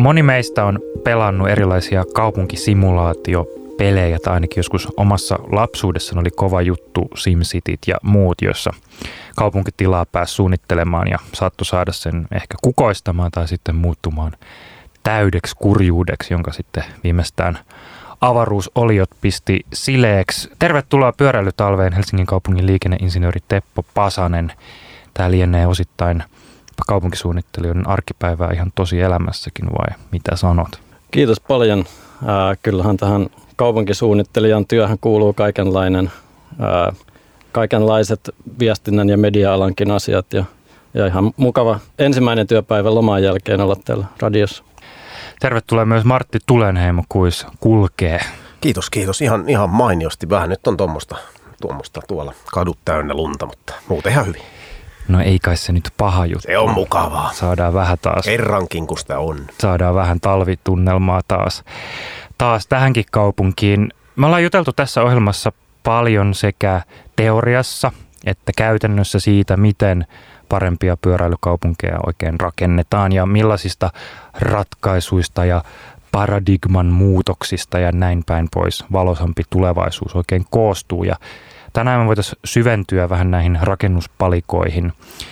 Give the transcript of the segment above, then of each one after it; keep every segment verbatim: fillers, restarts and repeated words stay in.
Moni meistä on pelannut erilaisia kaupunkisimulaatiopelejä, tai ainakin joskus omassa lapsuudessani oli kova juttu SimCityt ja muut, joissa kaupunkitilaa pääsi suunnittelemaan ja saattoi saada sen ehkä kukoistamaan tai sitten muuttumaan täydeksi kurjuudeksi, jonka sitten viimeistään avaruusoliot pisti sileeksi. Tervetuloa pyöräilytalveen Helsingin kaupungin liikenneinsinööri Teppo Pasanen. Tämä lienee osittain kaupunkisuunnittelijoiden arkipäivää ihan tosi elämässäkin, vai mitä sanot? Kiitos paljon. Ää, kyllähän tähän kaupunkisuunnittelijan työhön kuuluu kaikenlainen, ää, kaikenlaiset viestinnän ja media-alankin asiat ja, ja ihan mukava ensimmäinen työpäivä loman jälkeen olla täällä radiossa. Tervetuloa myös Martti Tulenheimo, kuis kulkee. Kiitos, kiitos. Ihan, ihan mainiosti. Vähän nyt on tuommoista, tuommoista tuolla kadut täynnä lunta, mutta muuten ihan hyvin. No ei kai se nyt paha juttu. Se on mukavaa. Saadaan vähän taas. Kerrankin, kun sitä on. Saadaan vähän talvitunnelmaa taas, taas tähänkin kaupunkiin. Me ollaan juteltu tässä ohjelmassa paljon sekä teoriassa että käytännössä siitä, miten parempia pyöräilykaupunkeja oikein rakennetaan ja millaisista ratkaisuista ja paradigman muutoksista ja näin päin pois valoisampi tulevaisuus oikein koostuu. Ja tänään me voitaisiin syventyä vähän näihin rakennuspalikoihin.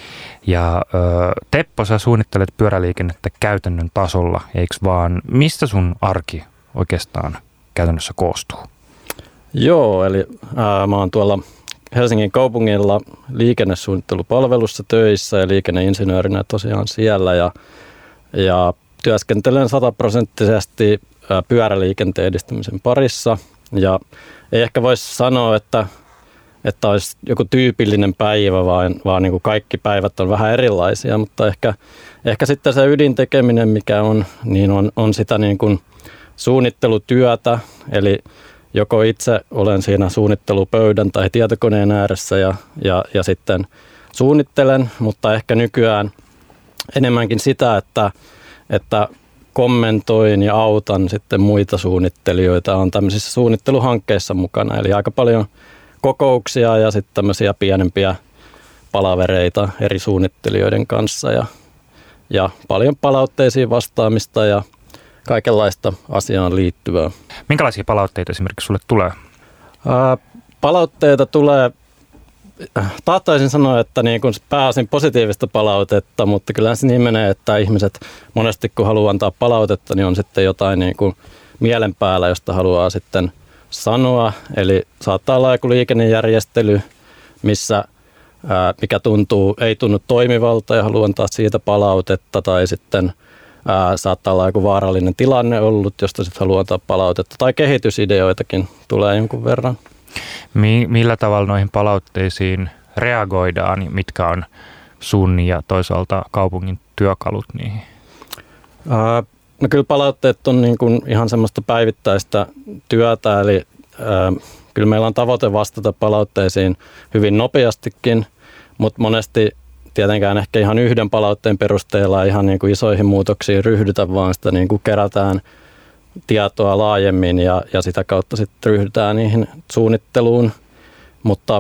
Ja ö, Teppo, sä suunnittelet pyöräliikennettä käytännön tasolla, eikö vaan? Mistä sun arki oikeastaan käytännössä koostuu? Joo, eli ää, mä oon tuolla Helsingin kaupungilla liikennesuunnittelupalvelussa töissä ja liikenneinsinöörinä tosiaan siellä ja, ja työskentelen sataprosenttisesti pyöräliikenteen edistämisen parissa ja ei ehkä voisi sanoa, että, että olisi joku tyypillinen päivä, vaan, vaan niin kuin kaikki päivät on vähän erilaisia, mutta ehkä, ehkä sitten se ydintekeminen, mikä on, niin on, on sitä niin kuin suunnittelutyötä, eli joko itse olen siinä suunnittelupöydän tai tietokoneen ääressä ja, ja, ja sitten suunnittelen, mutta ehkä nykyään enemmänkin sitä, että, että kommentoin ja autan sitten muita suunnittelijoita, on tämmöisissä suunnitteluhankkeissa mukana. Eli aika paljon kokouksia ja sitten tämmöisiä pienempiä palavereita eri suunnittelijoiden kanssa ja, ja paljon palautteisiin vastaamista ja kaikenlaista asiaan liittyvää. Minkälaisia palautteita esimerkiksi sulle tulee? Ää, palautteita tulee, tahtoisin sanoa, että niin kuin pääosin positiivista palautetta, mutta kyllä se niin menee, että ihmiset monesti kun haluaa antaa palautetta, niin on sitten jotain niin kuin mielen päällä, josta haluaa sitten sanoa. Eli saattaa olla joku liikennejärjestely, missä ää, mikä tuntuu, ei tunnu toimivalta ja haluaa antaa siitä palautetta tai sitten Ää, saattaa olla joku vaarallinen tilanne ollut, josta sitten haluaa antaa palautetta. Tai kehitysideoitakin tulee jonkun verran. Mi- millä tavalla noihin palautteisiin reagoidaan? Mitkä on sun ja toisaalta kaupungin työkalut niihin? Ää, no kyllä palautteet on niin kuin ihan semmoista päivittäistä työtä. Eli ää, kyllä meillä on tavoite vastata palautteisiin hyvin nopeastikin, mutta monesti tietenkään ehkä ihan yhden palautteen perusteella ihan niin kuin isoihin muutoksiin ryhdytä, vaan sitä niin kuin kerätään tietoa laajemmin ja, ja sitä kautta sitten ryhdytään niihin suunnitteluun. Mutta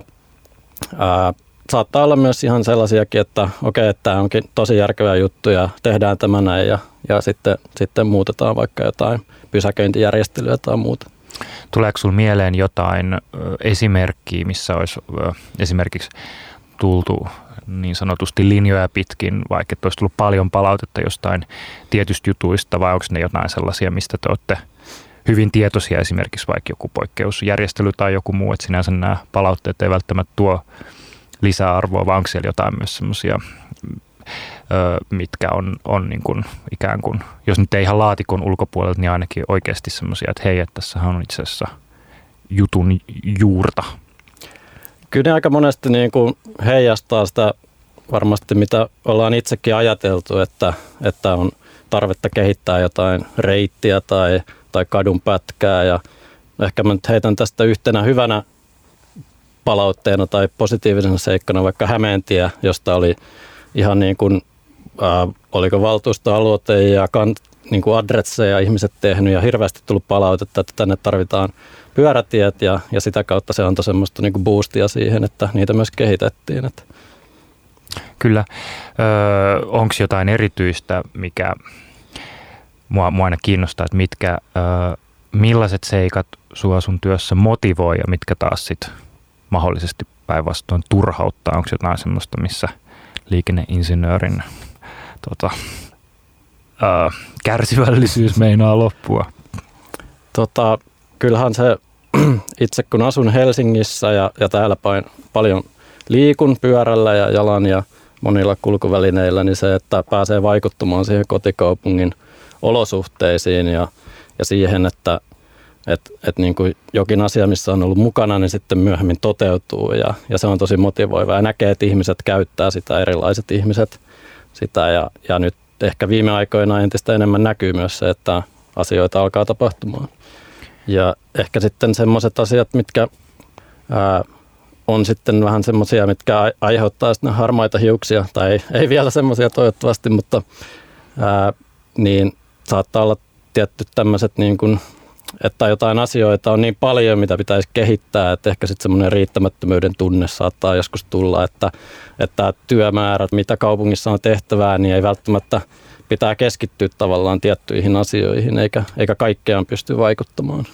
ää, saattaa olla myös ihan sellaisiakin, että okei, että tämä onkin tosi järkevä juttu ja tehdään tämä näin ja, ja sitten, sitten muutetaan vaikka jotain pysäköintijärjestelyä tai muuta. Tuleeko sinulle mieleen jotain ö, esimerkkiä, missä olisi ö, esimerkiksi tultu niin sanotusti linjoja pitkin, vaikka et olisi tullut paljon palautetta jostain tietystä jutuista, vai onko ne jotain sellaisia, mistä te olette hyvin tietoisia, esimerkiksi vaikka joku poikkeusjärjestely tai joku muu, että sinänsä nämä palautteet ei välttämättä tuo lisäarvoa, vai onko siellä jotain myös semmoisia, mitkä on, on niin kuin ikään kuin, jos nyt ei ihan laatikon ulkopuolelta, niin ainakin oikeasti semmoisia, että hei, että tässähän on itse asiassa jutun juurta. Kyllä ne aika monesti niin kuin heijastaa sitä varmasti, mitä ollaan itsekin ajateltu, että, että on tarvetta kehittää jotain reittiä tai, tai kadun pätkää. Ja ehkä mä nyt heitän tästä yhtenä hyvänä palautteena tai positiivisena seikkana vaikka Hämeentie, josta oli ihan niin kuin, äh, oliko valtuustoaloite ja kant, niin kuin adresseja ihmiset tehnyt ja hirveästi tullut palautetta, että tänne tarvitaan pyörätiet ja, ja sitä kautta se antoi semmoista niin kuin boostia siihen, että niitä myös kehitettiin. Että. Kyllä. Öö, onko jotain erityistä, mikä mua, mua aina kiinnostaa, että mitkä, ö, millaiset seikat sua sun työssä motivoi ja mitkä taas sit mahdollisesti päinvastoin turhauttaa. Onko jotain semmoista, missä liikenneinsinöörin tota, ö, kärsivällisyys meinaa loppua? Tota, kyllähän se itse kun asun Helsingissä ja, ja täällä pain, paljon liikun pyörällä ja jalan ja monilla kulkuvälineillä, niin se, että pääsee vaikuttamaan siihen kotikaupungin olosuhteisiin ja, ja siihen, että et, et niin kuin jokin asia, missä on ollut mukana, niin sitten myöhemmin toteutuu ja, ja se on tosi motivoivaa ja näkee, että ihmiset käyttää sitä, erilaiset ihmiset sitä ja, ja nyt ehkä viime aikoina entistä enemmän näkyy myös se, että asioita alkaa tapahtumaan. Ja ehkä sitten semmoiset asiat, mitkä ää, on sitten vähän semmoisia, mitkä aiheuttaa sitten harmaita hiuksia, tai ei, ei vielä semmoisia toivottavasti, mutta ää, niin saattaa olla tietty tämmöiset, niin kuin, että jotain asioita on niin paljon, mitä pitäisi kehittää, että ehkä sitten semmoinen riittämättömyyden tunne saattaa joskus tulla, että, että työmäärät, mitä kaupungissa on tehtävää, niin ei välttämättä pitää keskittyä tavallaan tiettyihin asioihin, eikä, eikä kaikkeen pysty vaikuttamaan.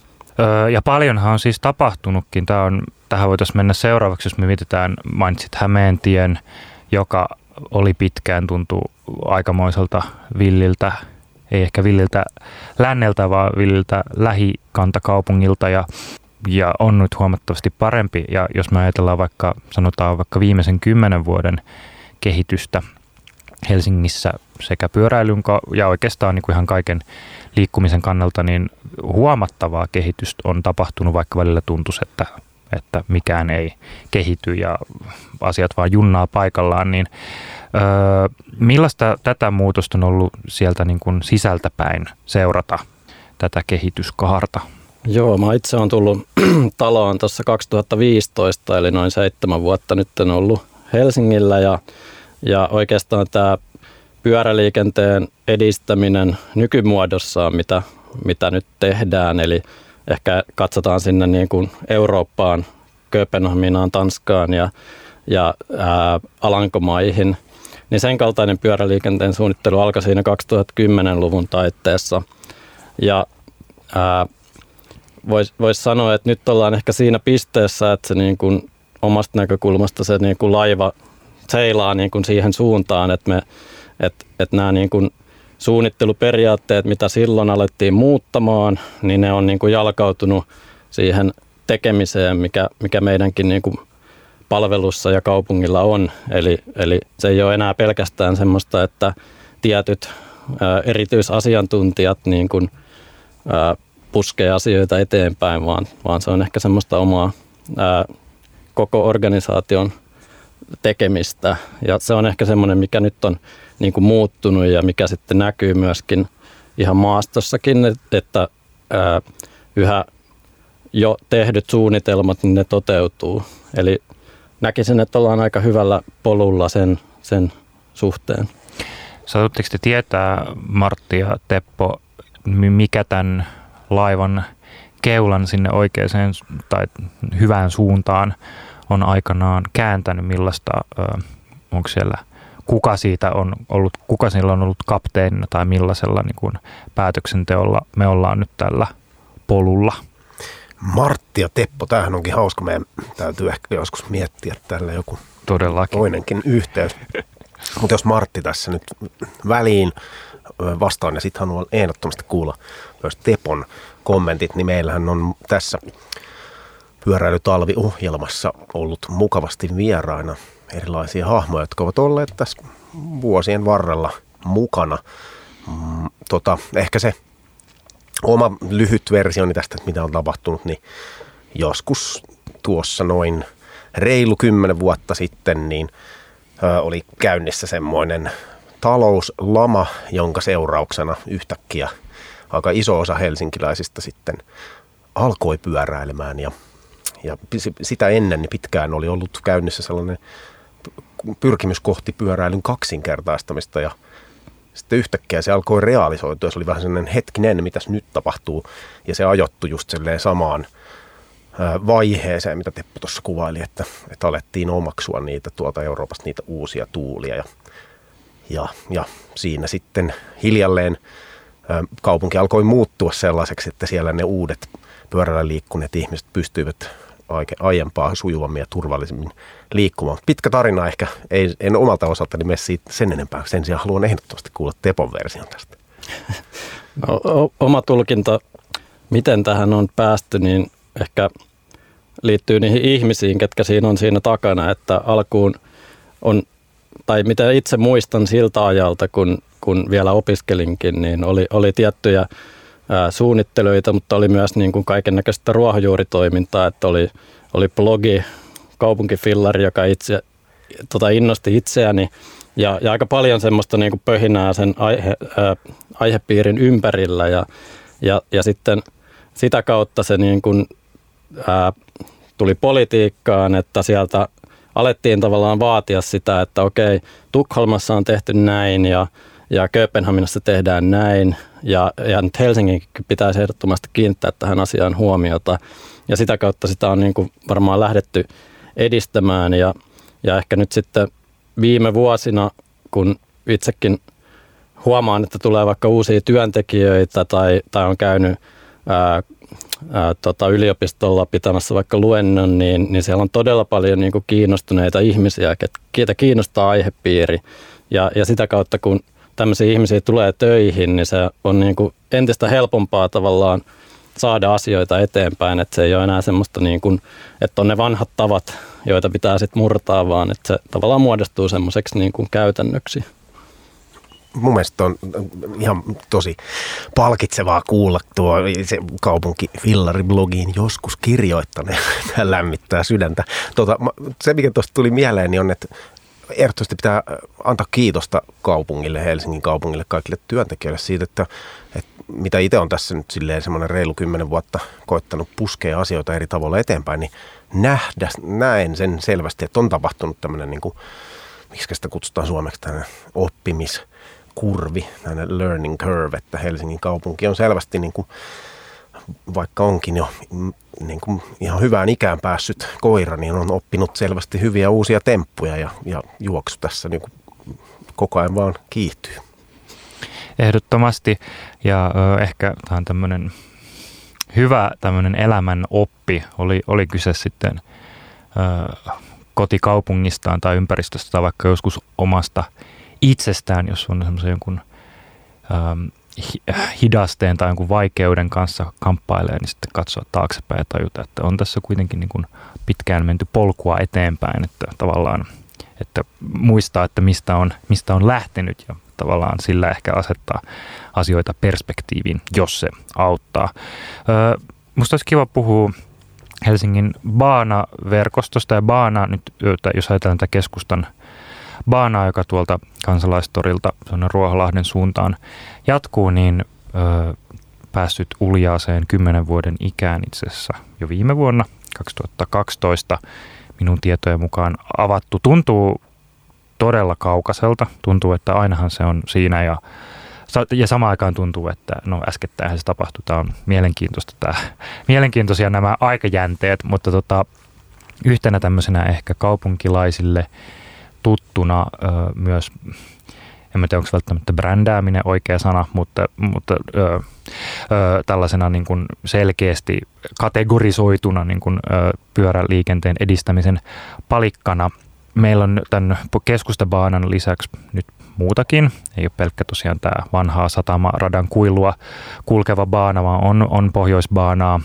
Öö, ja paljonhan on siis tapahtunutkin. Tämä on, tähän voitaisiin mennä seuraavaksi, jos me mietitään, mainitsit Hämeentien, joka oli pitkään, tuntuu aikamoiselta villiltä, ei ehkä villiltä länneltä, vaan villiltä lähikantakaupungilta ja, ja on nyt huomattavasti parempi. Ja jos me ajatellaan vaikka, sanotaan vaikka viimeisen kymmenen vuoden kehitystä Helsingissä sekä pyöräilyn ja oikeastaan niin kuin ihan kaiken liikkumisen kannalta, niin huomattavaa kehitystä on tapahtunut, vaikka välillä tuntuisi, että, että mikään ei kehity ja asiat vaan junnaa paikallaan, niin öö, millaista tätä muutosta on ollut sieltä niin kuin sisältäpäin seurata tätä kehityskaarta? Joo, mä itse olen tullut taloon tuossa kaksituhattaviisitoista, eli noin seitsemän vuotta nyt on ollut Helsingillä ja, ja oikeastaan tämä pyöräliikenteen edistäminen nykymuodossaan, mitä, mitä nyt tehdään, eli ehkä katsotaan sinne niin kuin Eurooppaan, Kööpenhaminaan, Tanskaan ja, ja ää, Alankomaihin, niin sen kaltainen pyöräliikenteen suunnittelu alkoi siinä kaksituhattakymmenluvun taitteessa. Ja voisi vois sanoa, että nyt ollaan ehkä siinä pisteessä, että se niin kuin omasta näkökulmasta se niin kuin laiva seilaa niin kuin siihen suuntaan, että me Että et nämä niin kuin suunnitteluperiaatteet, mitä silloin alettiin muuttamaan, niin ne on niin kuin jalkautunut siihen tekemiseen, mikä, mikä meidänkin niin kuin palvelussa ja kaupungilla on. Eli, eli se ei ole enää pelkästään semmoista, että tietyt ää, erityisasiantuntijat niin kuin, ää, puskee asioita eteenpäin, vaan, vaan se on ehkä semmoista omaa ää, koko organisaation tekemistä. Ja se on ehkä semmoinen, mikä nyt on niin kuin muuttunut ja mikä sitten näkyy myöskin ihan maastossakin, että ää, yhä jo tehdyt suunnitelmat, niin ne toteutuu. Eli näkisin, että ollaan aika hyvällä polulla sen, sen suhteen. Saatutteko te tietää, Martti ja Teppo, mikä tämän laivan keulan sinne oikeaan tai hyvään suuntaan on aikanaan kääntänyt, millaista, onko siellä, kuka siitä on ollut, kuka sillä on ollut kapteenina tai millaisella niin kuin päätöksenteolla me ollaan nyt tällä polulla? Martti ja Teppo, tämähän onkin hauska. Meidän täytyy ehkä joskus miettiä tällä joku Todellakin. toinenkin yhteys. Mutta jos Martti tässä nyt väliin vastaan ja sitten haluan ehdottomasti kuulla myös Tepon kommentit, niin meillähän on tässä pyöräilytalviohjelmassa ollut mukavasti vieraina erilaisia hahmoja, jotka ovat olleet tässä vuosien varrella mukana. Mm, tota, ehkä se oma lyhyt versioni tästä, että mitä on tapahtunut, niin joskus tuossa noin reilu kymmenen vuotta sitten niin ö, oli käynnissä semmoinen talouslama, jonka seurauksena yhtäkkiä aika iso osa helsinkiläisistä sitten alkoi pyöräilemään ja, ja sitä ennen niin pitkään oli ollut käynnissä sellainen pyrkimys kohti pyöräilyn kaksinkertaistamista ja sitten yhtäkkiä se alkoi realisoitua. Se oli vähän sellainen hetkinen, mitäs nyt tapahtuu ja se ajoittui just silleen samaan vaiheeseen, mitä Teppo tuossa kuvaili, että, että alettiin omaksua niitä tuolta Euroopasta niitä uusia tuulia ja, ja, ja siinä sitten hiljalleen kaupunki alkoi muuttua sellaiseksi, että siellä ne uudet pyörällä liikkuneet ihmiset pystyivät aiempaa sujuvammin ja turvallisemmin liikkumaan. Pitkä tarina ehkä, ei, en omalta osaltani mene siitä sen enempää. Sen sijaan haluan ehdottomasti kuulla Tepon version tästä. No, oma tulkinta, miten tähän on päästy, niin ehkä liittyy niihin ihmisiin, ketkä siinä on siinä takana, että alkuun on, tai mitä itse muistan siltä ajalta, kun, kun vielä opiskelinkin, niin oli, oli tiettyjä ää, suunnittelyitä, mutta oli myös niin kuin kaikennäköistä ruohonjuuritoimintaa, että oli, oli blogi, kaupunkifillari, joka itse, tota innosti itseäni, ja, ja aika paljon semmoista niin kuin pöhinää sen aihe, ää, aihepiirin ympärillä, ja, ja, ja sitten sitä kautta se niin kuin, ää, tuli politiikkaan, että sieltä alettiin tavallaan vaatia sitä, että okei, Tukholmassa on tehty näin ja, ja Kööpenhaminassa tehdään näin ja, ja nyt Helsinginkin pitäisi ehdottomasti kiinnittää tähän asiaan huomiota. Ja sitä kautta sitä on niin kuin varmaan lähdetty edistämään ja, ja ehkä nyt sitten viime vuosina, kun itsekin huomaan, että tulee vaikka uusia työntekijöitä tai, tai on käynyt ää, ää, tota, yliopistolla pitämässä vaikka luennon, niin, niin siellä on todella paljon niin kuin kiinnostuneita ihmisiä, keitä kiinnostaa aihepiiri. Ja, ja sitä kautta, kun tämmöisiä ihmisiä tulee töihin, niin se on niin kuin entistä helpompaa tavallaan saada asioita eteenpäin, että se ei ole enää semmoista, niin kuin, että on ne vanhat tavat, joita pitää sitten murtaa, vaan että se tavallaan muodostuu semmoiseksi niin kuin käytännöksi. Mun mielestä on ihan tosi palkitsevaa kuulla tuo se kaupunkifillari-blogiin joskus kirjoittaneen. Tämä lämmittää sydäntä. Tuota, se, mikä tuosta tuli mieleen, niin on, että ehdottomasti pitää antaa kiitosta kaupungille, Helsingin kaupungille, kaikille työntekijöille siitä, että, että mitä itse on tässä nyt silleen semmoinen reilu kymmenen vuotta koittanut puskea asioita eri tavoilla eteenpäin, niin nähdä, näen sen selvästi, että on tapahtunut tämmöinen, niin kuin, miksi sitä kutsutaan suomeksi, tämmöinen oppimis kurvi, näinen learning curve, että Helsingin kaupunki on selvästi, niin kuin, vaikka onkin jo niin kuin ihan hyvään ikään päässyt koira, niin on oppinut selvästi hyviä uusia temppuja ja, ja juoksu tässä niin kuin koko ajan vaan kiihtyy. Ehdottomasti ja ö, ehkä tämä on tämmöinen hyvä tämmöinen elämän oppi, oli, oli kyse sitten ö, kotikaupungistaan tai ympäristöstä tai vaikka joskus omasta itsestään, jos on semmoisen jonkun ähm, hidasteen tai jonkun vaikeuden kanssa kamppailee, niin sitten katsoa taaksepäin ja tajuta, että on tässä kuitenkin niin kuin pitkään menty polkua eteenpäin, että tavallaan että muistaa, että mistä on, mistä on lähtenyt ja tavallaan sillä ehkä asettaa asioita perspektiiviin, jos se auttaa. Öö, musta olisi kiva puhua Helsingin Baana-verkostosta ja Baana, nyt jos ajatellaan tätä keskustan Baanaa, joka tuolta Kansalaistorilta Ruoholahden suuntaan jatkuu, niin ö, päässyt uljaaseen kymmenen vuoden ikään itse asiassa jo viime vuonna, kaksituhattakaksitoista, minun tietojen mukaan avattu. Tuntuu todella kaukaiselta, tuntuu, että ainahan se on siinä ja, ja samaan aikaan tuntuu, että no äskettäinhän se tapahtui, tämä on mielenkiintoista, tämä, mielenkiintoisia nämä aikajänteet, mutta tota, yhtenä tämmöisenä ehkä kaupunkilaisille tuttuna ö, myös, en tiedä onko välttämättä brändääminen oikea sana, mutta, mutta ö, ö, tällaisena niin kuin selkeästi kategorisoituna niin kuin, ö, pyöräliikenteen edistämisen palikkana. Meillä on tämän keskustabaanan lisäksi nyt muutakin. Ei ole pelkkä tosiaan tämä vanhaa satamaradan kuilua kulkeva baana, vaan on, on pohjoisbaanaa,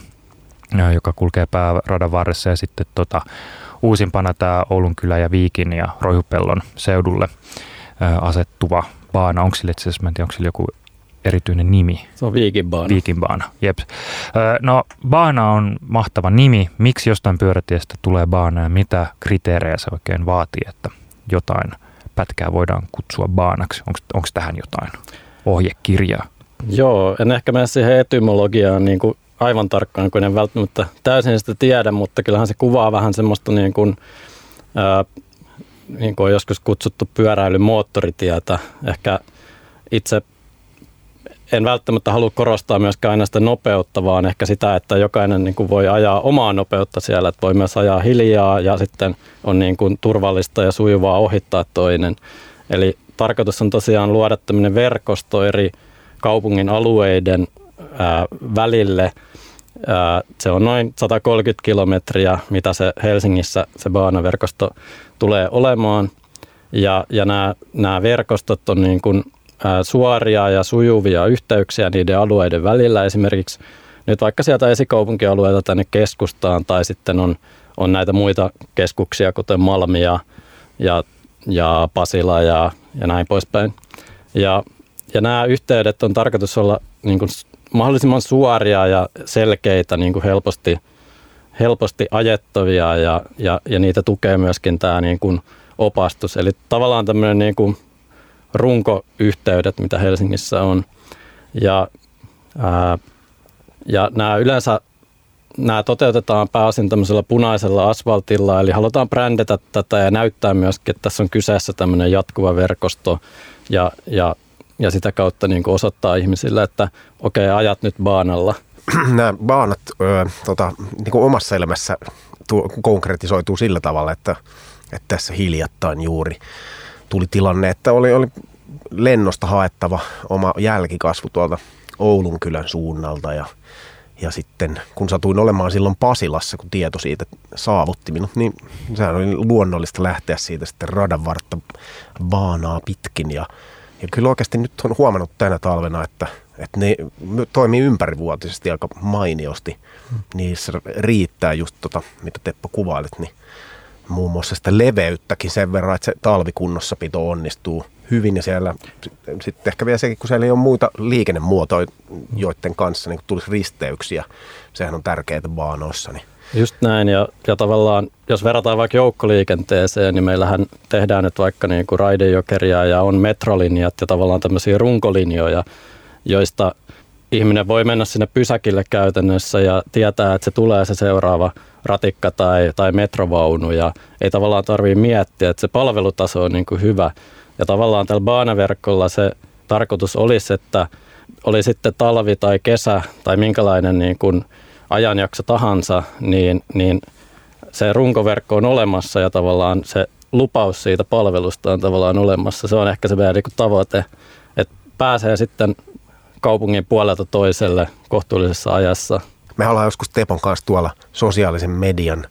joka kulkee pääradan varressa ja sitten tota, uusimpana tämä Oulunkylä ja Viikin ja Roihupellon seudulle ää, asettuva baana. Onko sille itse asiassa, mä en tiedä, onko sille joku erityinen nimi? Se on Viikin baana. Viikin baana, jep. Ää, no baana on mahtava nimi. Miksi jostain pyörätiestä tulee baana ja mitä kriteerejä se oikein vaatii, että jotain pätkää voidaan kutsua baanaksi? Onko tähän jotain ohjekirjaa? Joo, en ehkä mene siihen etymologiaan niin kuin aivan tarkkaan, kun en välttämättä täysin sitä tiedä, mutta kyllähän se kuvaa vähän semmoista niin kuin, ää, niin kuin on joskus kutsuttu pyöräilymoottoritietä. Ehkä itse en välttämättä halua korostaa myöskään aina sitä nopeutta, vaan ehkä sitä, että jokainen niin kuin voi ajaa omaa nopeutta siellä, että voi myös ajaa hiljaa ja sitten on niin kuin turvallista ja sujuvaa ohittaa toinen. Eli tarkoitus on tosiaan luoda tämmöinen verkosto eri kaupungin alueiden ää, välille. Ää, se on noin sata kolmekymmentä kilometriä, mitä se Helsingissä se baanaverkosto tulee olemaan. Ja, ja nämä, nämä verkostot on niin kuin, ää, suoria ja sujuvia yhteyksiä niiden alueiden välillä. Esimerkiksi nyt vaikka sieltä esikaupunkialueelta tänne keskustaan tai sitten on, on näitä muita keskuksia, kuten Malmi ja, ja, ja Pasila ja, ja näin poispäin. Ja, ja nämä yhteydet on tarkoitus olla niin kuin mahdollisimman suoria ja selkeitä, niin kuin helposti, helposti ajettavia ja, ja, ja niitä tukee myöskin tämä niin kuin opastus. Eli tavallaan tämmöinen niin kuin runkoyhteydet, mitä Helsingissä on. Ja, ää, ja nämä yleensä nämä toteutetaan pääosin tämmöisellä punaisella asfaltilla, eli halutaan brändätä tätä ja näyttää myöskin, että tässä on kyseessä tämmöinen jatkuva verkosto ja, ja, ja sitä kautta niin kuin osoittaa ihmisille, että okei, okay, ajat nyt baanalla. Nämä baanat ö, tota, niin kuin omassa elämässä tu- konkretisoituu sillä tavalla, että, että tässä hiljattain juuri tuli tilanne, että oli, oli lennosta haettava oma jälkikasvu tuolta Oulunkylän suunnalta ja Ja sitten kun satuin olemaan silloin Pasilassa, kun tieto siitä saavutti minut, niin sehän oli luonnollista lähteä siitä sitten radan vartta baanaa pitkin. Ja, ja kyllä oikeasti nyt on huomannut tänä talvena, että, että ne toimii ympärivuotisesti aika mainiosti. Niissä riittää just tota, mitä Teppo kuvailit, niin muun muassa sitä leveyttäkin sen verran, että se talvikunnossapito onnistuu hyvin ja siellä sitten ehkä vielä sekin, kun siellä ei ole muita liikennemuotoja, joiden kanssa niin tulisi risteyksiä. Sehän on tärkeää baanoissa. Niin. Just näin ja, ja tavallaan, jos verrataan vaikka joukkoliikenteeseen, niin meillähän tehdään nyt vaikka niin kuin raidejokeria ja on metrolinjat ja tavallaan tämmöisiä runkolinjoja, joista ihminen voi mennä sinne pysäkille käytännössä ja tietää, että se tulee se seuraava ratikka tai, tai metrovaunu ja ei tavallaan tarvitse miettiä, että se palvelutaso on niin kuin hyvä. Ja tavallaan tällä baanaverkolla se tarkoitus olisi, että oli sitten talvi tai kesä tai minkälainen niin kuin ajanjakso tahansa, niin, niin se runkoverkko on olemassa ja tavallaan se lupaus siitä palvelusta on tavallaan olemassa. Se on ehkä se meidän niin kuin tavoite, että pääsee sitten kaupungin puolelta toiselle kohtuullisessa ajassa. Me ollaan joskus Tepon kanssa tuolla sosiaalisen median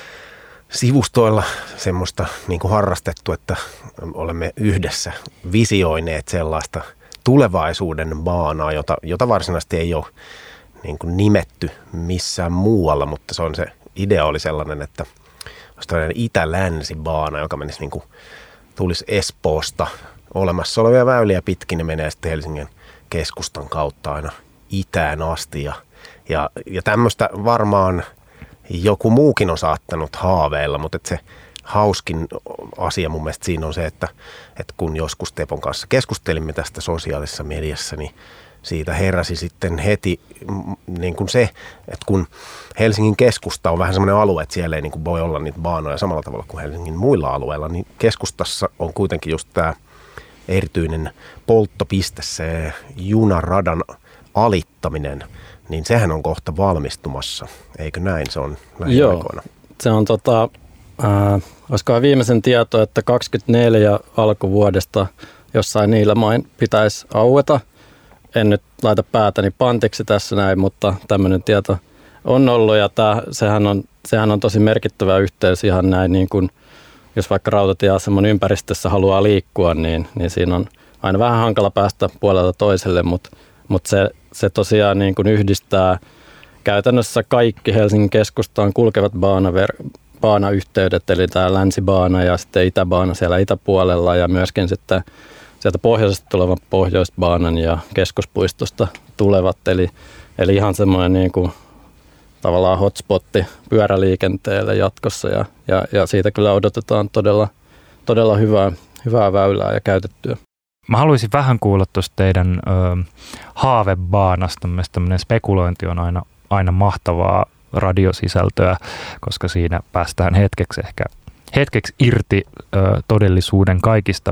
sivustoilla semmoista niin kuin harrastettu, että olemme yhdessä visioineet sellaista tulevaisuuden baanaa, jota, jota varsinaisesti ei ole niin kuin nimetty missään muualla, mutta se on se idea oli sellainen, että olisi tällainen itä-länsi-baana, joka menisi niin kuin, tulisi Espoosta olemassa olevia väyliä pitkin ja menee sitten Helsingin keskustan kautta aina itään asti ja, ja, ja tämmöistä varmaan joku muukin on saattanut haaveilla, mutta että se hauskin asia mun mielestä siinä on se, että, että kun joskus Tepon kanssa keskustelimme tästä sosiaalisessa mediassa, niin siitä heräsi sitten heti niin kuin se, että kun Helsingin keskusta on vähän semmoinen alue, että siellä ei niin kuin voi olla niitä baanoja samalla tavalla kuin Helsingin muilla alueilla, niin keskustassa on kuitenkin just tämä erityinen polttopiste, se junaradan alittaminen, niin sehän on kohta valmistumassa, eikö näin? Se on lähiaikoina. Joo, se on tota, äh, olisikohan viimeisen tieto, että kaksikymmentäneljä alkuvuodesta jossain niillä main pitäisi aueta. En nyt laita päätäni pantiksi tässä näin, mutta tämmöinen tieto on ollut ja tää, sehän, on, sehän on tosi merkittävä yhteys ihan näin, niin kuin, jos vaikka rautatieaseman ympäristössä haluaa liikkua, niin, niin siinä on aina vähän hankala päästä puolelta toiselle, mutta, mutta se, se tosiaan niin kuin yhdistää käytännössä kaikki Helsingin keskustaan kulkevat baanaver- baanayhteydet, eli tämä länsibaana ja sitten itäbaana siellä itäpuolella ja myöskin sitten sieltä pohjoisesta tulevan pohjoisbaanan ja keskuspuistosta tulevat, eli, eli ihan semmoinen niin kuin tavallaan hotspotti pyöräliikenteelle jatkossa ja, ja, ja siitä kyllä odotetaan todella, todella hyvää, hyvää väylää ja käytettyä. Mä haluaisin vähän kuulla tuosta teidän ö, haavebaanasta. Mielestäni tämmöinen spekulointi on aina, aina mahtavaa radiosisältöä, koska siinä päästään hetkeksi ehkä hetkeksi irti ö, todellisuuden kaikista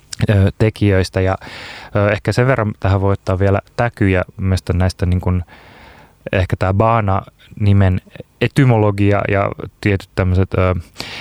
ö, tekijöistä. Ja ö, ehkä sen verran tähän voi ottaa vielä täkyjä mielestäni näistä niin kuin, ehkä tämä baana-nimen etymologia ja tietyt tämmöiset ö,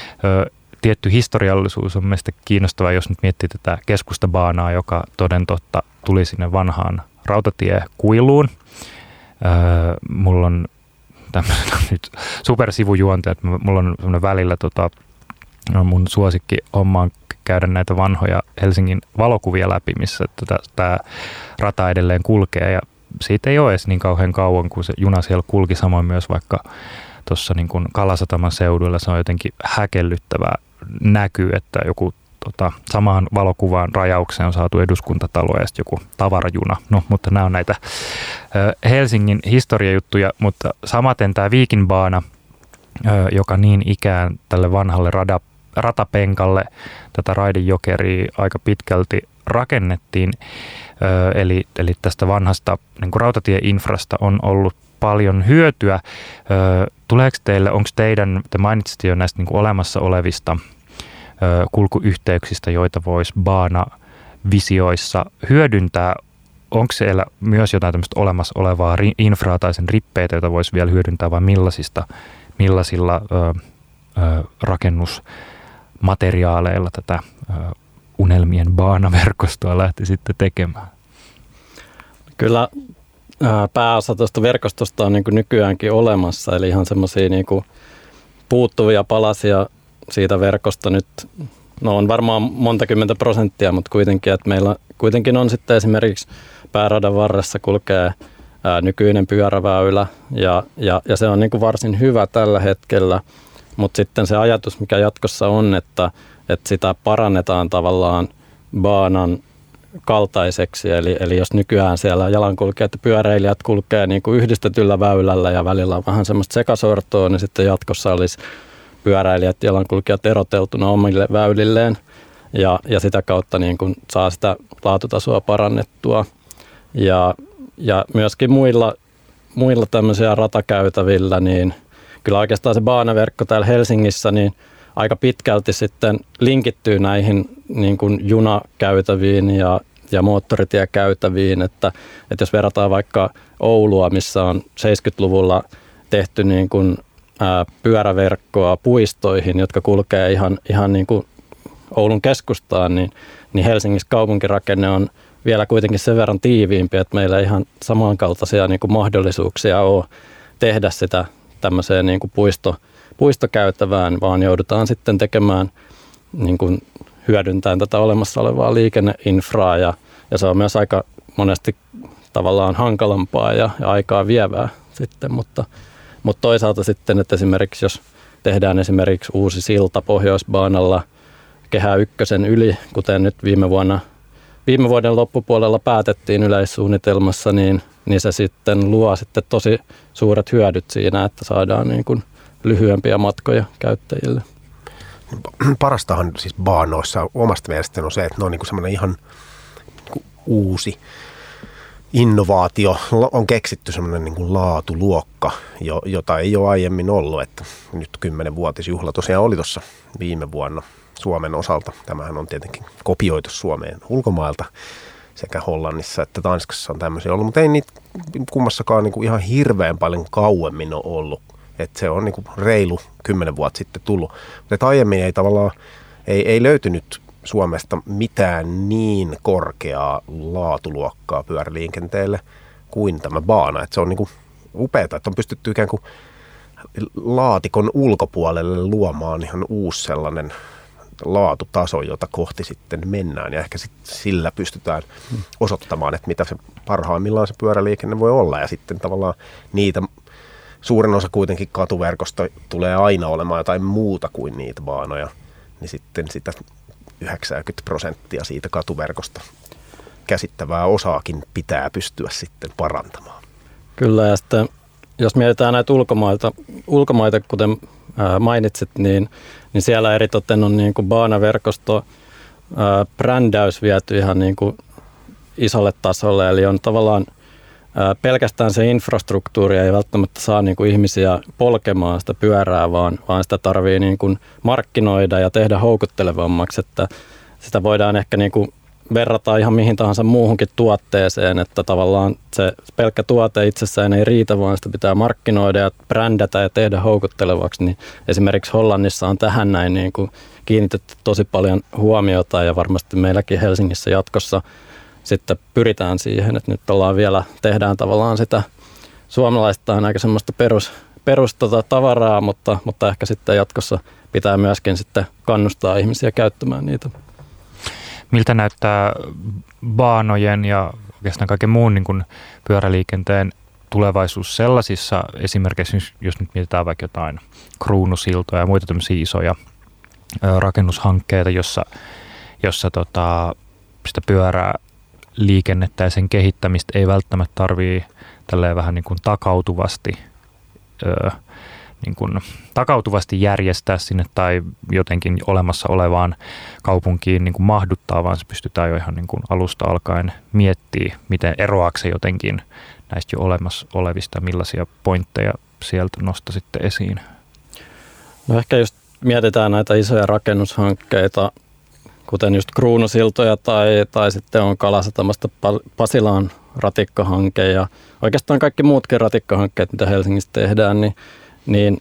ö, tietty historiallisuus on mielestäni kiinnostavaa, jos nyt miettii tätä keskustabaanaa, joka toden totta tuli sinne vanhaan rautatiekuiluun. Öö, mulla on tämmöinen nyt supersivujuonte, että mulla on semmoinen välillä tota, no mun suosikki homma on käydä näitä vanhoja Helsingin valokuvia läpi, missä tämä rata edelleen kulkee ja siitä ei ole edes niin kauhean kauan, kun se juna siellä kulki, samoin myös vaikka tuossa niin kuin Kalasataman seuduilla se on jotenkin häkellyttävää näkyy, että joku tota, samaan valokuvaan rajaukseen on saatu eduskuntatalo ja sitten joku tavarajuna. No, mutta nämä on näitä ö, Helsingin historiajuttuja, mutta samaten tämä Viikinbaana, ö, joka niin ikään tälle vanhalle rada, ratapenkalle tätä raidejokeria aika pitkälti rakennettiin. Ö, eli, eli tästä vanhasta niin kuin rautatieinfrasta on ollut paljon hyötyä. Ö, tuleeko teille, onko teidän, te mainitsitte jo näistä niin kuin olemassa olevista ö, kulkuyhteyksistä, joita voisi Baana-visioissa hyödyntää. Onko siellä myös jotain tämmöistä olemassa olevaa infraa tai sen rippeitä, joita voisi vielä hyödyntää, vai millaisista, millaisilla ö, ö, rakennusmateriaaleilla tätä ö, unelmien Baana-verkostoa lähti sitten tekemään? Kyllä pääosa tuosta verkostosta on niin kuin nykyäänkin olemassa, eli ihan semmoisia niin kuin puuttuvia palasia siitä verkosta nyt, no on varmaan monta kymmentä prosenttia, mutta kuitenkin, että meillä kuitenkin on sitten esimerkiksi pääradan varressa kulkee ää, nykyinen pyöräväylä ja, ja, ja se on niin kuin varsin hyvä tällä hetkellä, mutta sitten se ajatus, mikä jatkossa on, että, että sitä parannetaan tavallaan Baanan kaltaiseksi, eli, eli jos nykyään siellä jalankulkijat ja pyöräilijät kulkee niin kuin yhdistetyllä väylällä ja välillä on vähän semmoista sekasortoa, niin sitten jatkossa olisi pyöräilijät ja jalankulkijat eroteltuna omille väylilleen ja, ja sitä kautta niin kuin saa sitä laatutasoa parannettua. Ja, ja myöskin muilla, muilla tämmöisiä ratakäytävillä, niin kyllä oikeastaan se Baana-verkko täällä Helsingissä niin aika pitkälti sitten linkittyy näihin niin kuin junakäytäviin ja, ja moottoritiekäytäviin, että, että jos verrataan vaikka Oulua, missä on seitsemänkymmentäluvulla tehty niin kuin, ää, pyöräverkkoa puistoihin, jotka kulkee ihan, ihan niin kuin Oulun keskustaan, niin, niin Helsingissä kaupunkirakenne on vielä kuitenkin sen verran tiiviimpi, että meillä ei ihan samankaltaisia niin kuin mahdollisuuksia ole tehdä sitä tämmöiseen niin kuin puisto puistokäytävään, vaan joudutaan sitten tekemään, niin kuin hyödyntämään tätä olemassa olevaa liikenneinfraa ja, ja se on myös aika monesti tavallaan hankalampaa ja, ja aikaa vievää sitten, mutta, mutta toisaalta sitten, että esimerkiksi jos tehdään esimerkiksi uusi silta Pohjoisbaanalla Kehä ykkösen yli, kuten nyt viime vuonna, viime vuoden loppupuolella päätettiin yleissuunnitelmassa, niin, niin se sitten luo sitten tosi suuret hyödyt siinä, että saadaan niin kuin lyhyempiä matkoja käyttäjille. Parastahan siis baanoissa omasta mielestäni on se, että ne on niin kuin semmoinen ihan niin kuin uusi innovaatio. On keksitty semmoinen niin kuin laatuluokka, jota ei ole aiemmin ollut. Että nyt kymmenvuotisjuhla tosiaan oli tuossa viime vuonna Suomen osalta. Tämähän on tietenkin kopioitu Suomeen ulkomailta. Sekä Hollannissa että Tanskassa on tämmöisiä ollut, mutta ei niitä kummassakaan niin kuin ihan hirveän paljon kauemmin ole ollut. Että se on niin kuin reilu kymmenen vuotta sitten tullut. Mutta aiemmin ei tavallaan, ei, ei löytynyt Suomesta mitään niin korkeaa laatuluokkaa pyöräliikenteelle kuin tämä Baana. Että se on niin kuin upeaa, että on pystytty ikään kuin laatikon ulkopuolelle luomaan ihan uusi sellainen laatutaso, jota kohti sitten mennään. Ja ehkä sit sillä pystytään osoittamaan, että mitä se parhaimmillaan se pyöräliikenne voi olla. Ja sitten tavallaan niitä suurin osa kuitenkin katuverkosta tulee aina olemaan jotain muuta kuin niitä baanoja, niin sitten sitä yhdeksänkymmentä prosenttia siitä katuverkosta käsittävää osaakin pitää pystyä sitten parantamaan. Kyllä, ja sitten jos mietitään näitä ulkomaita, ulkomaita kuten ää, mainitsit, niin, niin siellä eritoten on niin kuin Baana-verkosto ää, brändäys viety ihan niin kuin isolle tasolle, eli on tavallaan pelkästään se infrastruktuuri ei välttämättä saa niin kuin ihmisiä polkemaan sitä pyörää, vaan, vaan sitä tarvii niin kuin markkinoida ja tehdä houkuttelevammaksi, että sitä voidaan ehkä niin kuin verrata ihan mihin tahansa muuhunkin tuotteeseen, että tavallaan se pelkkä tuote itsessään ei riitä, vaan sitä pitää markkinoida ja brändätä ja tehdä houkuttelevaksi, niin esimerkiksi Hollannissa on tähän näin niin kuin kiinnitetty tosi paljon huomiota ja varmasti meilläkin Helsingissä jatkossa sitten pyritään siihen, että nyt ollaan vielä, tehdään tavallaan sitä suomalaista on aika semmoista perus, perus tota, tavaraa, mutta, mutta ehkä sitten jatkossa pitää myöskin sitten kannustaa ihmisiä käyttämään niitä. Miltä näyttää baanojen ja oikeastaan kaiken muun niin kuin pyöräliikenteen tulevaisuus sellaisissa esimerkiksi, jos nyt mietitään vaikka jotain kruunusiltoja ja muita tämmöisiä isoja ö, rakennushankkeita, jossa, jossa tota, sitä pyöräliikennettä ja sen kehittämistä ei välttämättä tarvitse tälleen vähän niin kuin takautuvasti, ö, niin kuin takautuvasti järjestää sinne tai jotenkin olemassa olevaan kaupunkiin niin kuin mahduttaa, vaan se pystytään jo ihan niin kuin alusta alkaen miettimään, miten eroaako se jotenkin näistä jo olemassa olevista, millaisia pointteja sieltä nostaisitte esiin? No ehkä just mietitään näitä isoja rakennushankkeita, kuten just kruunusiltoja tai, tai sitten on Kalasatamasta Pasilaan ratikkahanke ja oikeastaan kaikki muutkin ratikkahankkeet, mitä Helsingissä tehdään, niin, niin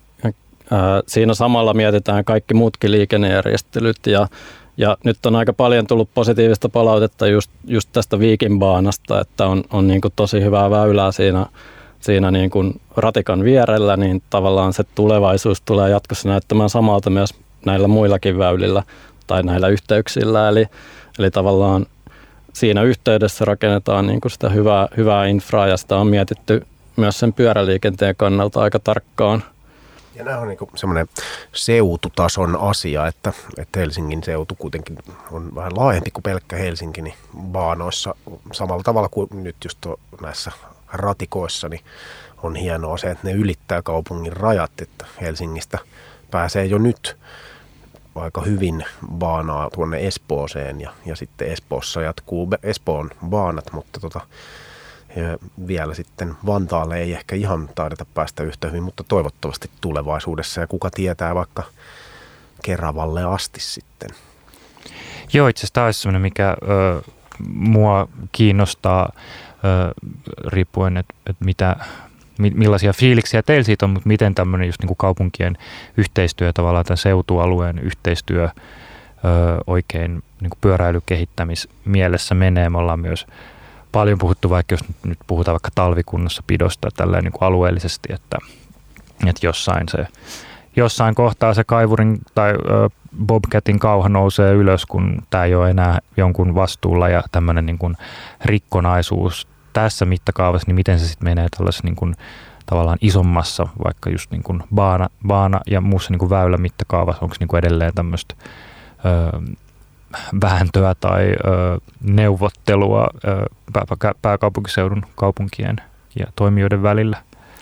ää, siinä samalla mietitään kaikki muutkin liikennejärjestelyt ja Ja nyt on aika paljon tullut positiivista palautetta just, just tästä Viikinbaanasta, että on, on niin kuin tosi hyvää väylää siinä, siinä niin kuin ratikan vierellä, niin tavallaan se tulevaisuus tulee jatkossa näyttämään samalta myös näillä muillakin väylillä tai näillä yhteyksillä. Eli, eli tavallaan siinä yhteydessä rakennetaan niin kuin sitä hyvää, hyvää infraa ja sitä on mietitty myös sen pyöräliikenteen kannalta aika tarkkaan. Ja nämä on niin semmoinen seututason asia, että, että Helsingin seutu kuitenkin on vähän laajempi kuin pelkkä Helsinki, niin baanoissa samalla tavalla kuin nyt just näissä ratikoissa, niin on hienoa se, että ne ylittää kaupungin rajat, että Helsingistä pääsee jo nyt aika hyvin baanaa tuonne Espooseen ja, ja sitten Espoossa jatkuu Espoon baanat, mutta tota, ja vielä sitten Vantaalle ei ehkä ihan taideta päästä yhtä hyvin, mutta toivottavasti tulevaisuudessa ja kuka tietää vaikka Keravalle asti sitten. Joo, itse asiassa tämä olisi sellainen, mikä ö, mua kiinnostaa ö, riippuen, että et mitä, mi, millaisia fiiliksiä teillä siitä on, mutta miten tämmöinen just niin kuin kaupunkien yhteistyö, tavallaan tämän seutualueen yhteistyö ö, oikein niin kuin pyöräilykehittämismielessä menee. Me ollaan myös paljon puhuttu, vaikka jos nyt puhutaan vaikka talvikunnossapidosta tälleen niin kuin alueellisesti, että, että jossain, se, jossain kohtaa se kaivurin tai ö, bobcatin kauha nousee ylös, kun tämä ei ole enää jonkun vastuulla ja tämmöinen niin kuin rikkonaisuus tässä mittakaavassa, niin miten se sitten menee tällaisessa niin kuin tavallaan isommassa, vaikka just niin kuin baana, baana ja muussa niin kuin väylämittakaavassa, onko niin kuin edelleen tämmöistä ö, vääntöä tai ö, neuvottelua ö, pää, pääkaupunkiseudun kaupunkien ja toimijoiden välillä?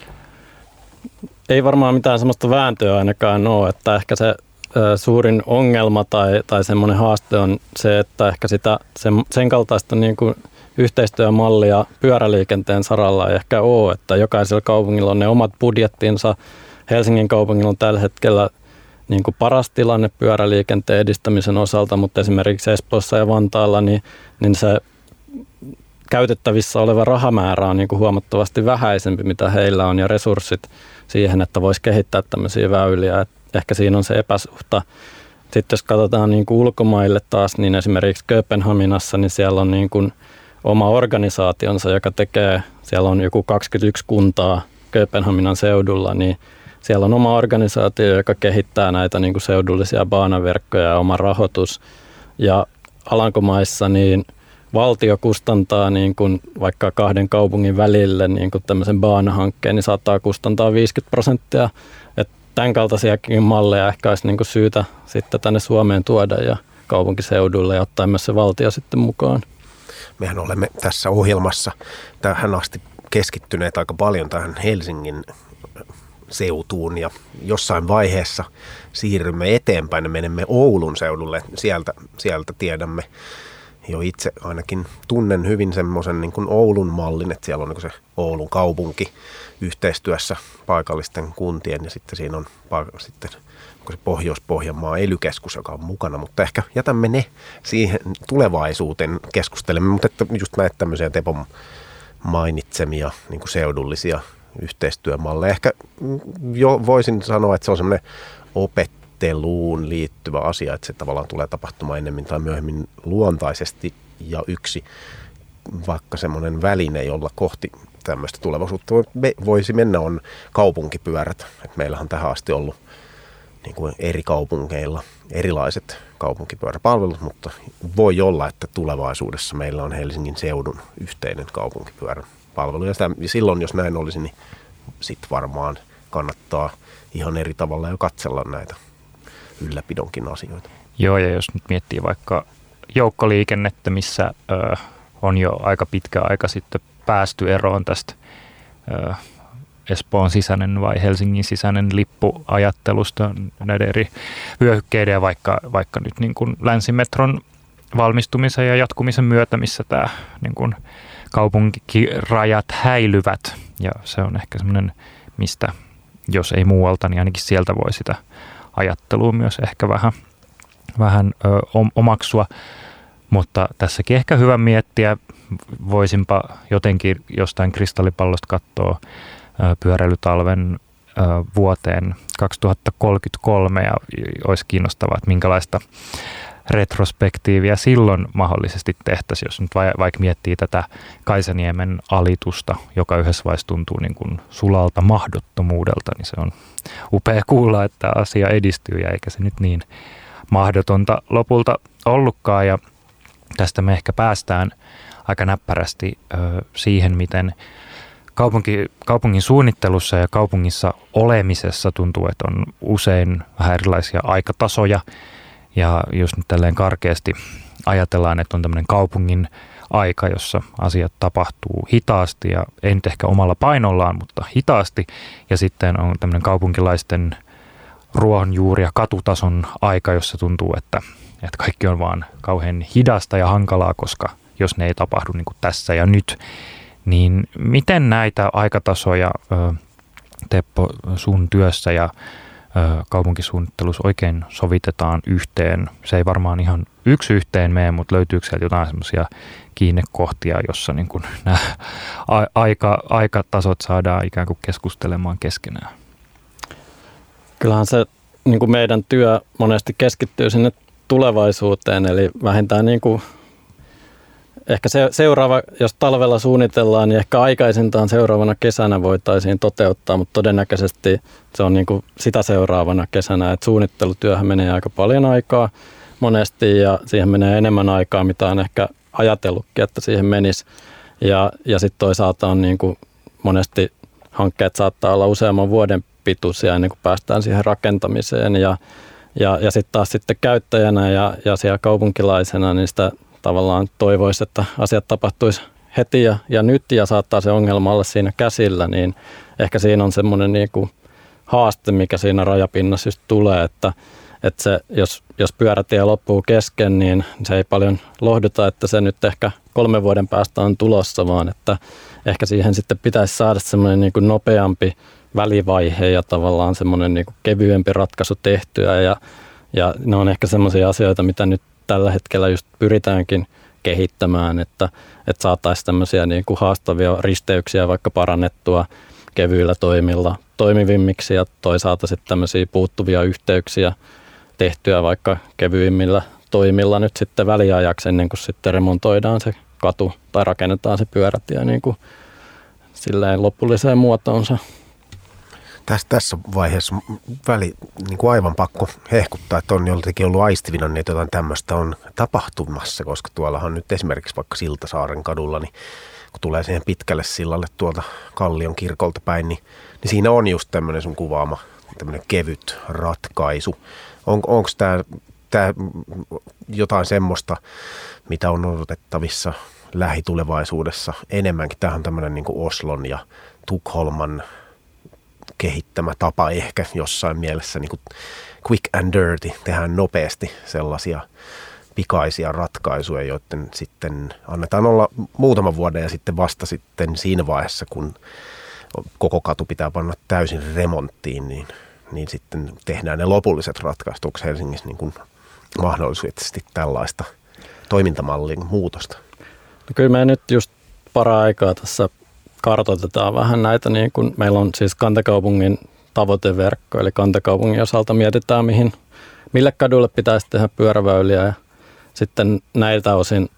Ei varmaan mitään sellaista vääntöä ainakaan ole, että ehkä se ö, suurin ongelma tai, tai semmoinen haaste on se, että ehkä sitä, sen, sen kaltaista niin kuin yhteistyömallia pyöräliikenteen saralla ei ehkä ole, että jokaisella kaupungilla on ne omat budjettinsa. Helsingin kaupungilla on tällä hetkellä niin kuin paras tilanne pyöräliikenteen edistämisen osalta, mutta esimerkiksi Espoossa ja Vantaalla niin, niin se käytettävissä oleva rahamäärä on niin kuin huomattavasti vähäisempi, mitä heillä on, ja resurssit siihen, että voisi kehittää tämmöisiä väyliä. Et ehkä siinä on se epäsuhta. Sitten jos katsotaan niin kuin ulkomaille taas, niin esimerkiksi Kööpenhaminassa, niin siellä on niin kuin oma organisaationsa, joka tekee, siellä on joku kaksikymmentäyksi kuntaa Kööpenhaminan seudulla, niin siellä on oma organisaatio, joka kehittää näitä niin kuin seudullisia baanaverkkoja ja oma rahoitus. Ja Alankomaissa niin valtio kustantaa niin kuin vaikka kahden kaupungin välille niin kuin tämmöisen baanahankkeen, niin saattaa kustantaa viisikymmentä prosenttia. Että tämän kaltaisiakin malleja ehkä olisi niin kuin syytä sitten tänne Suomeen tuoda ja kaupunkiseuduille ja ottaa myös se valtio sitten mukaan. Mehän olemme tässä ohjelmassa tähän asti keskittyneet aika paljon tähän Helsingin seutuun ja jossain vaiheessa siirrymme eteenpäin ja menemme Oulun seudulle. Sieltä, sieltä tiedämme jo itse ainakin tunnen hyvin semmoisen niin kuin Oulun mallin, että siellä on niin se Oulun kaupunki yhteistyössä paikallisten kuntien ja sitten siinä on sitten se Pohjois-Pohjanmaa ely-keskus, joka on mukana, mutta ehkä jätämme ne siihen tulevaisuuteen keskustelemme, mutta että just näitä tämmöisiä Tepon mainitsemia niin kuin seudullisia yhteistyömalleja. Ehkä jo voisin sanoa, että se on semmoinen opetteluun liittyvä asia, että se tavallaan tulee tapahtumaan enemmän tai myöhemmin luontaisesti ja yksi vaikka semmoinen väline, jolla kohti tämmöistä tulevaisuutta voisi mennä, on kaupunkipyörät. Et meillähän on tähän asti ollut niin kuin eri kaupungeilla erilaiset kaupunkipyöräpalvelut, mutta voi olla, että tulevaisuudessa meillä on Helsingin seudun yhteinen kaupunkipyöräpalvelu. Ja, sitä, ja silloin, jos näin olisi, niin sitten varmaan kannattaa ihan eri tavalla jo katsella näitä ylläpidonkin asioita. Joo, ja jos nyt miettii vaikka joukkoliikennettä, missä ö, on jo aika pitkä aika sitten päästy eroon tästä ö, Espoon sisäinen vai Helsingin sisäinen lippuajattelusta näiden eri vyöhykkeiden ja vaikka, vaikka nyt niin kuin länsimetron valmistumisen ja jatkumisen myötä, missä tämä niin kuin kaupunkirajat häilyvät. Ja se on ehkä semmoinen, mistä jos ei muualta, niin ainakin sieltä voi sitä ajattelua myös ehkä vähän, vähän ö, omaksua. Mutta tässäkin ehkä hyvä miettiä, voisinpa jotenkin jostain kristallipallosta katsoa pyöräilytalven vuoteen kaksituhattakolmekymmentäkolme ja olisi kiinnostavaa, että minkälaista retrospektiiviä silloin mahdollisesti tehtäisiin, jos nyt vaikka miettii tätä Kaisaniemen alitusta, joka yhdessä vaiheessa tuntuu niin kuin sulalta mahdottomuudelta, niin se on upea kuulla, että asia edistyy ja eikä se nyt niin mahdotonta lopulta ollutkaan. Ja tästä me ehkä päästään aika näppärästi ö, siihen, miten Kaupunki, kaupungin suunnittelussa ja kaupungissa olemisessa tuntuu, että on usein vähän erilaisia aikatasoja. Ja jos nyt tälleen karkeasti ajatellaan, että on tämmöinen kaupungin aika, jossa asiat tapahtuu hitaasti ja ei nyt ehkä omalla painollaan, mutta hitaasti. Ja sitten on tämmöinen kaupunkilaisten ruohonjuuri- ja katutason aika, jossa tuntuu, että, että kaikki on vaan kauhean hidasta ja hankalaa, koska jos ne ei tapahdu niin kuin tässä ja nyt. Niin miten näitä aikatasoja, Teppo, sun työssä ja kaupunkisuunnittelussa oikein sovitetaan yhteen? Se ei varmaan ihan yksi yhteen mene, mutta löytyykö sieltä jotain semmoisia kiinnekohtia, jossa niin kuin nämä aika, aikatasot saadaan ikään kuin keskustelemaan keskenään? Kyllähän se niin kuin meidän työ monesti keskittyy sinne tulevaisuuteen, eli vähintään niin kuin ehkä se, seuraava, jos talvella suunnitellaan, niin ehkä aikaisintaan seuraavana kesänä voitaisiin toteuttaa, mutta todennäköisesti se on niin kuin sitä seuraavana kesänä, että suunnittelutyöhön menee aika paljon aikaa monesti ja siihen menee enemmän aikaa, mitä on ehkä ajatellutkin, että siihen menisi. Ja, ja sitten toisaalta on niin kuin monesti hankkeet saattaa olla useamman vuoden pituisia ennen kuin päästään siihen rakentamiseen ja, ja, ja sitten taas sitten käyttäjänä ja, ja siellä kaupunkilaisena niin sitä tavallaan toivoisi, että asiat tapahtuisi heti ja, ja nyt ja saattaa se ongelma olla siinä käsillä, niin ehkä siinä on semmoinen niin kuin haaste, mikä siinä rajapinnassa just tulee, että, että se, jos, jos pyörätie loppuu kesken, niin se ei paljon lohduta, että se nyt ehkä kolmen vuoden päästä on tulossa, vaan että ehkä siihen sitten pitäisi saada semmoinen niin kuin nopeampi välivaihe ja tavallaan semmoinen niin kuin kevyempi ratkaisu tehtyä ja, ja ne on ehkä semmoisia asioita, mitä nyt tällä hetkellä just pyritäänkin kehittämään, että, että saataisiin tämmöisiä niin kuin haastavia risteyksiä vaikka parannettua kevyillä toimilla toimivimmiksi ja toisaalta sitten tämmöisiä puuttuvia yhteyksiä tehtyä vaikka kevyimmillä toimilla nyt sitten väliajaksi ennen kuin sitten remontoidaan se katu tai rakennetaan se pyörätie niin kuin silleen lopulliseen muotoonsa. Tässä, tässä vaiheessa väli niin kuin aivan pakko hehkuttaa, että on joltakin ollut aistivina, niin jotain tämmöistä on tapahtumassa, koska tuollahan nyt esimerkiksi vaikka Siltasaaren kadulla, niin kun tulee siihen pitkälle sillalle tuolta Kallion kirkolta päin, niin, niin siinä on just tämmöinen sun kuvaama tämmöinen kevyt ratkaisu. On, onko tämä, tämä jotain semmoista, mitä on odotettavissa lähitulevaisuudessa enemmänkin? Tämähän on tämmöinen niin kuin Oslon ja Tukholman kehittämä tapa ehkä jossain mielessä niin kuin quick and dirty, tehdään nopeasti sellaisia pikaisia ratkaisuja, joiden sitten annetaan olla muutaman vuoden ja sitten vasta sitten siinä vaiheessa, kun koko katu pitää panna täysin remonttiin, niin, niin sitten tehdään ne lopulliset ratkaisut. Onko Helsingissä niin kuin mahdollisesti tällaista toimintamallin muutosta? No kyllä me nyt just para-aikaa tässä kartoitetaan vähän näitä, niin kun meillä on siis kantakaupungin tavoiteverkko, eli kantakaupungin osalta mietitään, mihin, mille kadulle pitäisi tehdä pyöräväyliä ja sitten näiltä osin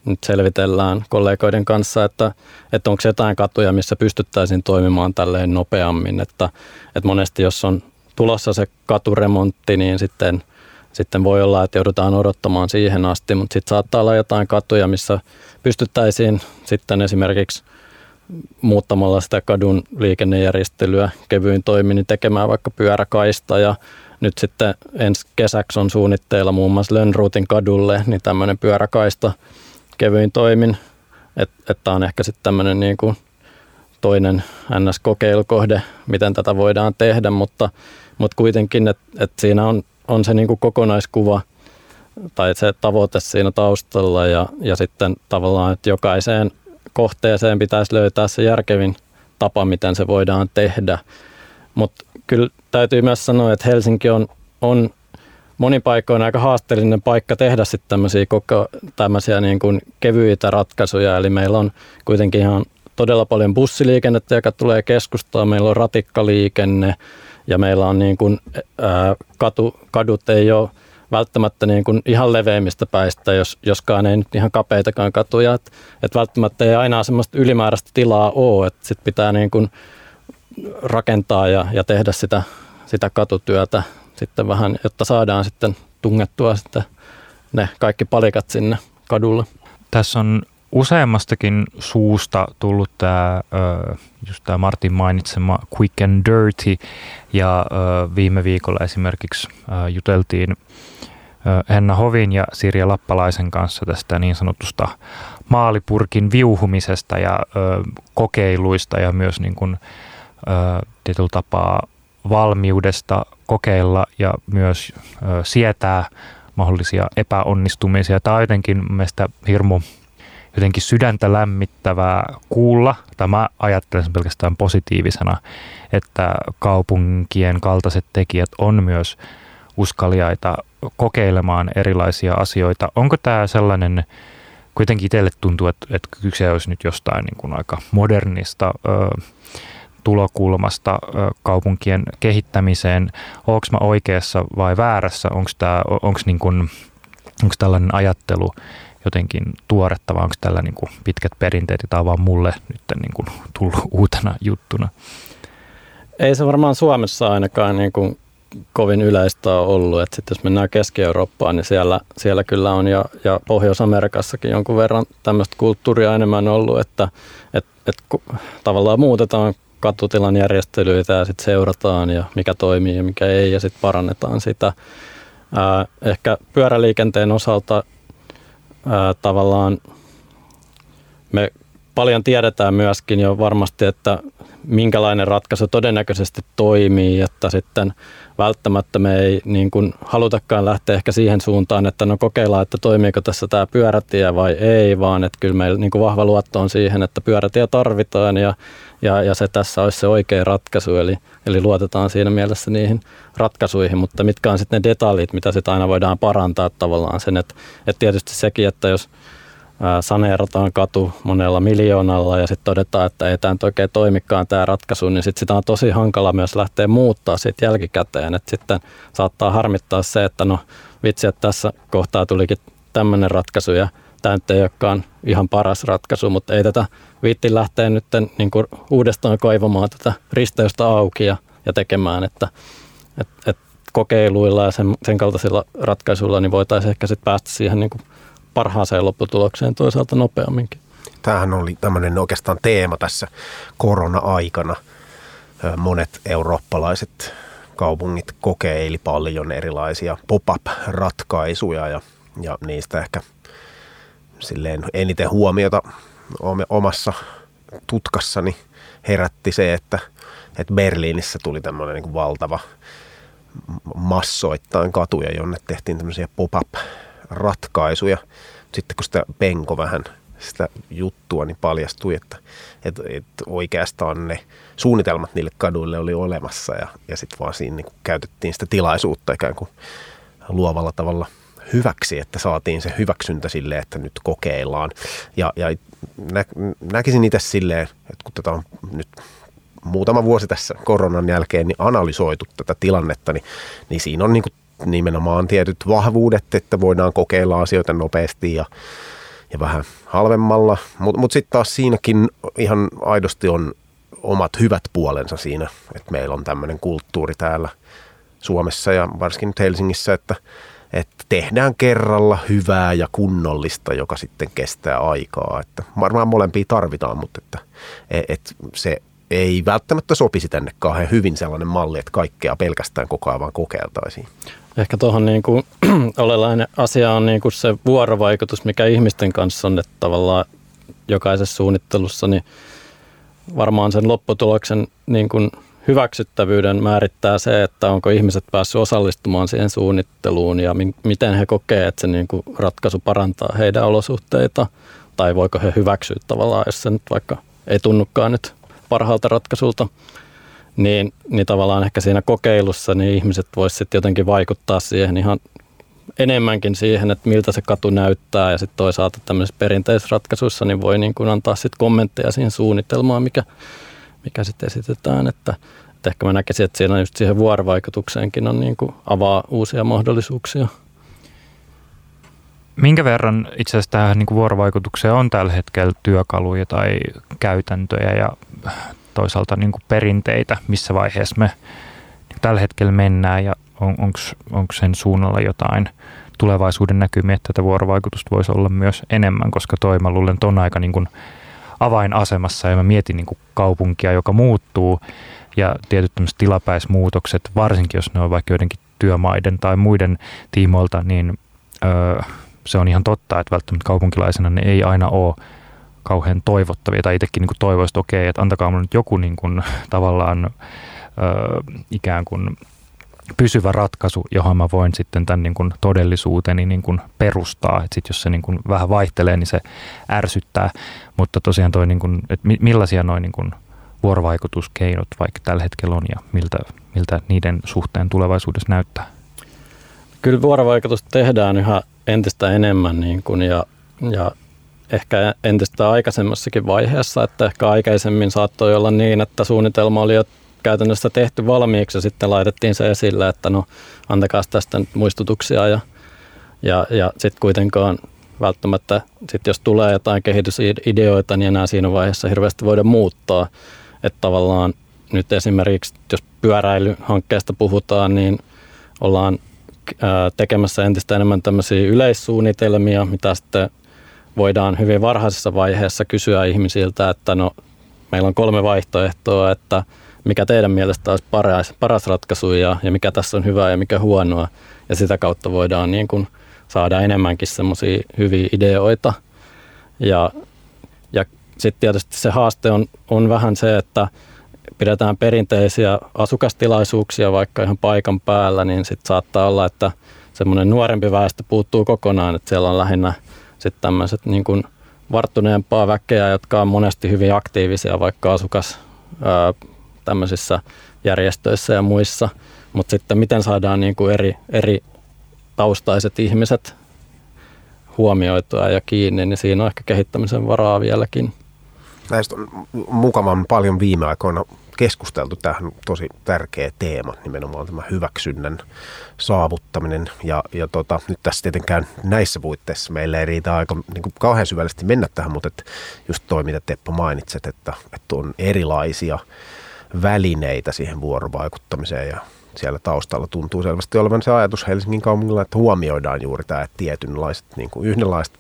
nyt selvitellään kollegoiden kanssa, että, että onko jotain katuja, missä pystyttäisiin toimimaan tälleen nopeammin. Että, että monesti jos on tulossa se katuremontti, niin sitten, sitten voi olla, että joudutaan odottamaan siihen asti, mutta sitten saattaa olla jotain katuja, missä pystyttäisiin sitten esimerkiksi muuttamalla sitä kadun liikennejärjestelyä kevyin toimin niin tekemään vaikka pyöräkaista ja nyt sitten ensi kesäksi on suunnitteilla muun muassa Lönnruutin kadulle niin tämmöinen pyöräkaista kevyin toimin, että et tämä on ehkä sitten tämmöinen niin kuin toinen N S-kokeilukohde, miten tätä voidaan tehdä, mutta, mutta kuitenkin, että et siinä on, on se niin kuin kokonaiskuva tai se tavoite siinä taustalla ja, ja sitten tavallaan, että jokaiseen kohteeseen pitäisi löytää se järkevin tapa, miten se voidaan tehdä. Mutta kyllä täytyy myös sanoa, että Helsinki on, on monin paikoin aika haasteellinen paikka tehdä sitten tämmöisiä, koko, tämmöisiä niin kuin kevyitä ratkaisuja. Eli meillä on kuitenkin ihan todella paljon bussiliikennettä, joka tulee keskustaan. Meillä on ratikkaliikenne ja meillä on niin kuin, ää, katu, kadut ei ole välttämättä niin kuin ihan leveimmistä päistä, jos, joskaan ei nyt ihan kapeitakaan katuja. Että et välttämättä ei aina semmoista ylimääräistä tilaa ole, että sit pitää niin kuin rakentaa ja, ja tehdä sitä, sitä katutyötä sitten vähän, jotta saadaan sitten tungettua sitten ne kaikki palikat sinne kadulle. Tässä on useammastakin suusta tullut tämä, just tämä Martin mainitsema quick and dirty, ja viime viikolla esimerkiksi juteltiin Henna Hovin ja Sirja Lappalaisen kanssa tästä niin sanotusta maalipurkin viuhumisesta ja kokeiluista ja myös niin kuin tietyllä tapaa valmiudesta kokeilla ja myös sietää mahdollisia epäonnistumisia. Tämä on jotenkin mielestäni hirmu jotenkin sydäntä lämmittävää kuulla, tai mä ajattelen sen pelkästään positiivisena, että kaupunkien kaltaiset tekijät on myös uskaliaita kokeilemaan erilaisia asioita. Onko tämä sellainen, kuitenkin itselle tuntuu, että, että kyse olisi nyt jostain niin kuin aika modernista ö, tulokulmasta ö, kaupunkien kehittämiseen. Onko mä oikeassa vai väärässä? Onko tämä, onko niin kuin, onko tällainen ajattelu jotenkin tuoretta, vai onko tällä niin kuin pitkät perinteet, ja tämä on vaan mulle nyt niin kuin tullut uutena juttuna? Ei se varmaan Suomessa ainakaan niin kuin kovin yleistä on ollut. Että sit jos mennään Keski-Eurooppaan, niin siellä, siellä kyllä on, ja, ja Pohjois-Amerikassakin jonkun verran tämmöistä kulttuuria enemmän ollut, että et, et, tavallaan muutetaan katutilan järjestelyitä ja sitten seurataan, ja mikä toimii ja mikä ei, ja sitten parannetaan sitä. Ää, ehkä pyöräliikenteen osalta ää, tavallaan me paljon tiedetään myöskin jo varmasti, että minkälainen ratkaisu todennäköisesti toimii, että sitten välttämättä me ei niin kuin halutakaan lähteä ehkä siihen suuntaan, että no kokeillaan, että toimiiko tässä tämä pyörätie vai ei, vaan että kyllä meillä niin kuin vahva luotto on siihen, että pyörätie tarvitaan ja, ja, ja se tässä olisi se oikea ratkaisu, eli, eli luotetaan siinä mielessä niihin ratkaisuihin, mutta mitkä on sitten ne detaljit, mitä sitten aina voidaan parantaa tavallaan sen, että, että tietysti sekin, että jos saneerataan katu monella miljoonalla ja sitten todetaan, että ei tämä nyt oikein toimikaan tämä ratkaisu, niin sitten sitä on tosi hankala myös lähteä muuttaa siitä jälkikäteen. Et sitten saattaa harmittaa se, että no vitsi, että tässä kohtaa tulikin tämmöinen ratkaisu ja tämä nyt ei olekaan ihan paras ratkaisu, mutta ei tätä viitti lähteä nyt niin kuin uudestaan kaivamaan tätä risteystä auki ja, ja tekemään, että et, et kokeiluilla ja sen, sen kaltaisilla ratkaisuilla niin voitaisiin ehkä sitten päästä siihen niin kuin parhaaseen lopputulokseen toisaalta nopeamminkin. Tämähän oli tämmöinen oikeastaan teema tässä korona-aikana. Monet eurooppalaiset kaupungit kokeili paljon erilaisia pop-up-ratkaisuja ja, ja niistä ehkä silleen eniten huomiota omassa tutkassani herätti se, että, että Berliinissä tuli tämmöinen niin kuin valtava massoittain katuja, jonne tehtiin tämmöisiä pop-up-ratkaisuja. Sitten kun sitä penko vähän sitä juttua, niin paljastui, että, että, että oikeastaan ne suunnitelmat niille kaduille oli olemassa ja, ja sitten vaan siinä niin kuin käytettiin sitä tilaisuutta ikään kuin luovalla tavalla hyväksi, että saatiin se hyväksyntä silleen, että nyt kokeillaan. Ja, ja nä, näkisin itse silleen, että kun tätä on nyt muutama vuosi tässä koronan jälkeen niin analysoitu tätä tilannetta, niin, niin siinä on niin kuin nimenomaan tietyt vahvuudet, että voidaan kokeilla asioita nopeasti ja, ja vähän halvemmalla. Mutta mut sitten taas siinäkin ihan aidosti on omat hyvät puolensa siinä, että meillä on tämmöinen kulttuuri täällä Suomessa ja varsinkin nyt Helsingissä, että, että tehdään kerralla hyvää ja kunnollista, joka sitten kestää aikaa. Että varmaan molempia tarvitaan, mutta että, että se ei välttämättä sopisi tänne kauhean hyvin sellainen malli, että kaikkea pelkästään koko ajan vaan kokeiltaisiin. Ehkä tuohon niin kuin olellainen asia on niin kuin se vuorovaikutus, mikä ihmisten kanssa on, että tavallaan jokaisessa suunnittelussa, niin varmaan sen lopputuloksen niin kuin hyväksyttävyyden määrittää se, että onko ihmiset päässyt osallistumaan siihen suunnitteluun ja mi- miten he kokee, että se niin kuin ratkaisu parantaa heidän olosuhteita tai voiko he hyväksyä tavallaan, jos se nyt vaikka ei tunnukaan nyt parhaalta ratkaisulta, niin, niin tavallaan ehkä siinä kokeilussa niin ihmiset voisivat sitten jotenkin vaikuttaa siihen ihan enemmänkin siihen, että miltä se katu näyttää ja sitten toisaalta tämmöisissä perinteisissä ratkaisuissa niin voi niin kuin antaa sitten kommentteja siihen suunnitelmaan, mikä, mikä sitten esitetään, että, että ehkä mä näkisin, että siinä just siihen vuorovaikutukseenkin on niin kuin avaa uusia mahdollisuuksia. Minkä verran itse asiassa tähän niin kuin vuorovaikutukseen on tällä hetkellä työkaluja tai käytäntöjä ja toisaalta niin kuin perinteitä, missä vaiheessa me tällä hetkellä mennään ja on, onko sen suunnalla jotain tulevaisuuden näkymiä, että tätä vuorovaikutusta voisi olla myös enemmän, koska toi mä luulen ton aika niin kuin avainasemassa ja mä mietin niin kuin kaupunkia, joka muuttuu ja tietyt tämmöiset tilapäismuutokset, varsinkin jos ne on vaikka joidenkin työmaiden tai muiden tiimoilta, niin öö, se on ihan totta, että välttämättä kaupunkilaisena ne ei aina ole kauhean toivottavia tai itsekin niin kuin toivoisi, että okei, että antakaa mulle nyt joku niin kuin, tavallaan öö, ikään kuin pysyvä ratkaisu, johon mä voin sitten tämän niin kuin todellisuuteni niin kuin perustaa. Että sit jos se niin kuin vähän vaihtelee, niin se ärsyttää. Mutta tosiaan toi, niin kuin, että millaisia noin niin kuin vuorovaikutuskeinot vaikka tällä hetkellä on ja miltä, miltä niiden suhteen tulevaisuudessa näyttää? Kyllä vuorovaikutusta tehdään yhä entistä enemmän niin kuin ja, ja ehkä entistä aikaisemmassakin vaiheessa, että ehkä aikaisemmin saattoi olla niin, että suunnitelma oli jo käytännössä tehty valmiiksi ja sitten laitettiin se esille, että no antakaa tästä nyt muistutuksia ja, ja, ja sitten kuitenkaan välttämättä, sit jos tulee jotain kehitysideoita, niin enää siinä vaiheessa hirveästi voida muuttaa. Että tavallaan nyt esimerkiksi, jos pyöräilyhankkeesta puhutaan, niin ollaan tekemässä entistä enemmän tämmöisiä yleissuunnitelmia, mitä sitten voidaan hyvin varhaisessa vaiheessa kysyä ihmisiltä, että no meillä on kolme vaihtoehtoa, että mikä teidän mielestä olisi paras, paras ratkaisu ja, ja mikä tässä on hyvää ja mikä huonoa. Ja sitä kautta voidaan niin kuin saada enemmänkin semmoisia hyviä ideoita. Ja, ja sitten tietysti se haaste on, on vähän se, että pidetään perinteisiä asukastilaisuuksia vaikka ihan paikan päällä, niin sitten saattaa olla, että semmoinen nuorempi väestö puuttuu kokonaan, että siellä on lähinnä sitten tämmöiset niin kuin varttuneempaa väkeä, jotka on monesti hyvin aktiivisia vaikka asukas ää, tämmöisissä järjestöissä ja muissa, mutta sitten miten saadaan niin kuin eri, eri taustaiset ihmiset huomioitua ja kiinni, niin siinä on ehkä kehittämisen varaa vieläkin. Näistä on mukavan paljon viime aikoina keskusteltu. Tämähän on tosi tärkeä teema, nimenomaan tämä hyväksynnän saavuttaminen. Ja, ja tota, nyt tässä tietenkään näissä puitteissa meillä ei riitä aika niin kuin kauhean syvällisesti mennä tähän, mutta et just toi, mitä Teppo mainitset, että, että on erilaisia välineitä siihen vuorovaikuttamiseen ja siellä taustalla tuntuu selvästi olevan se ajatus Helsingin kaupungilla, että huomioidaan juuri tämä, että tietynlaiset, niin kuin yhdenlaiset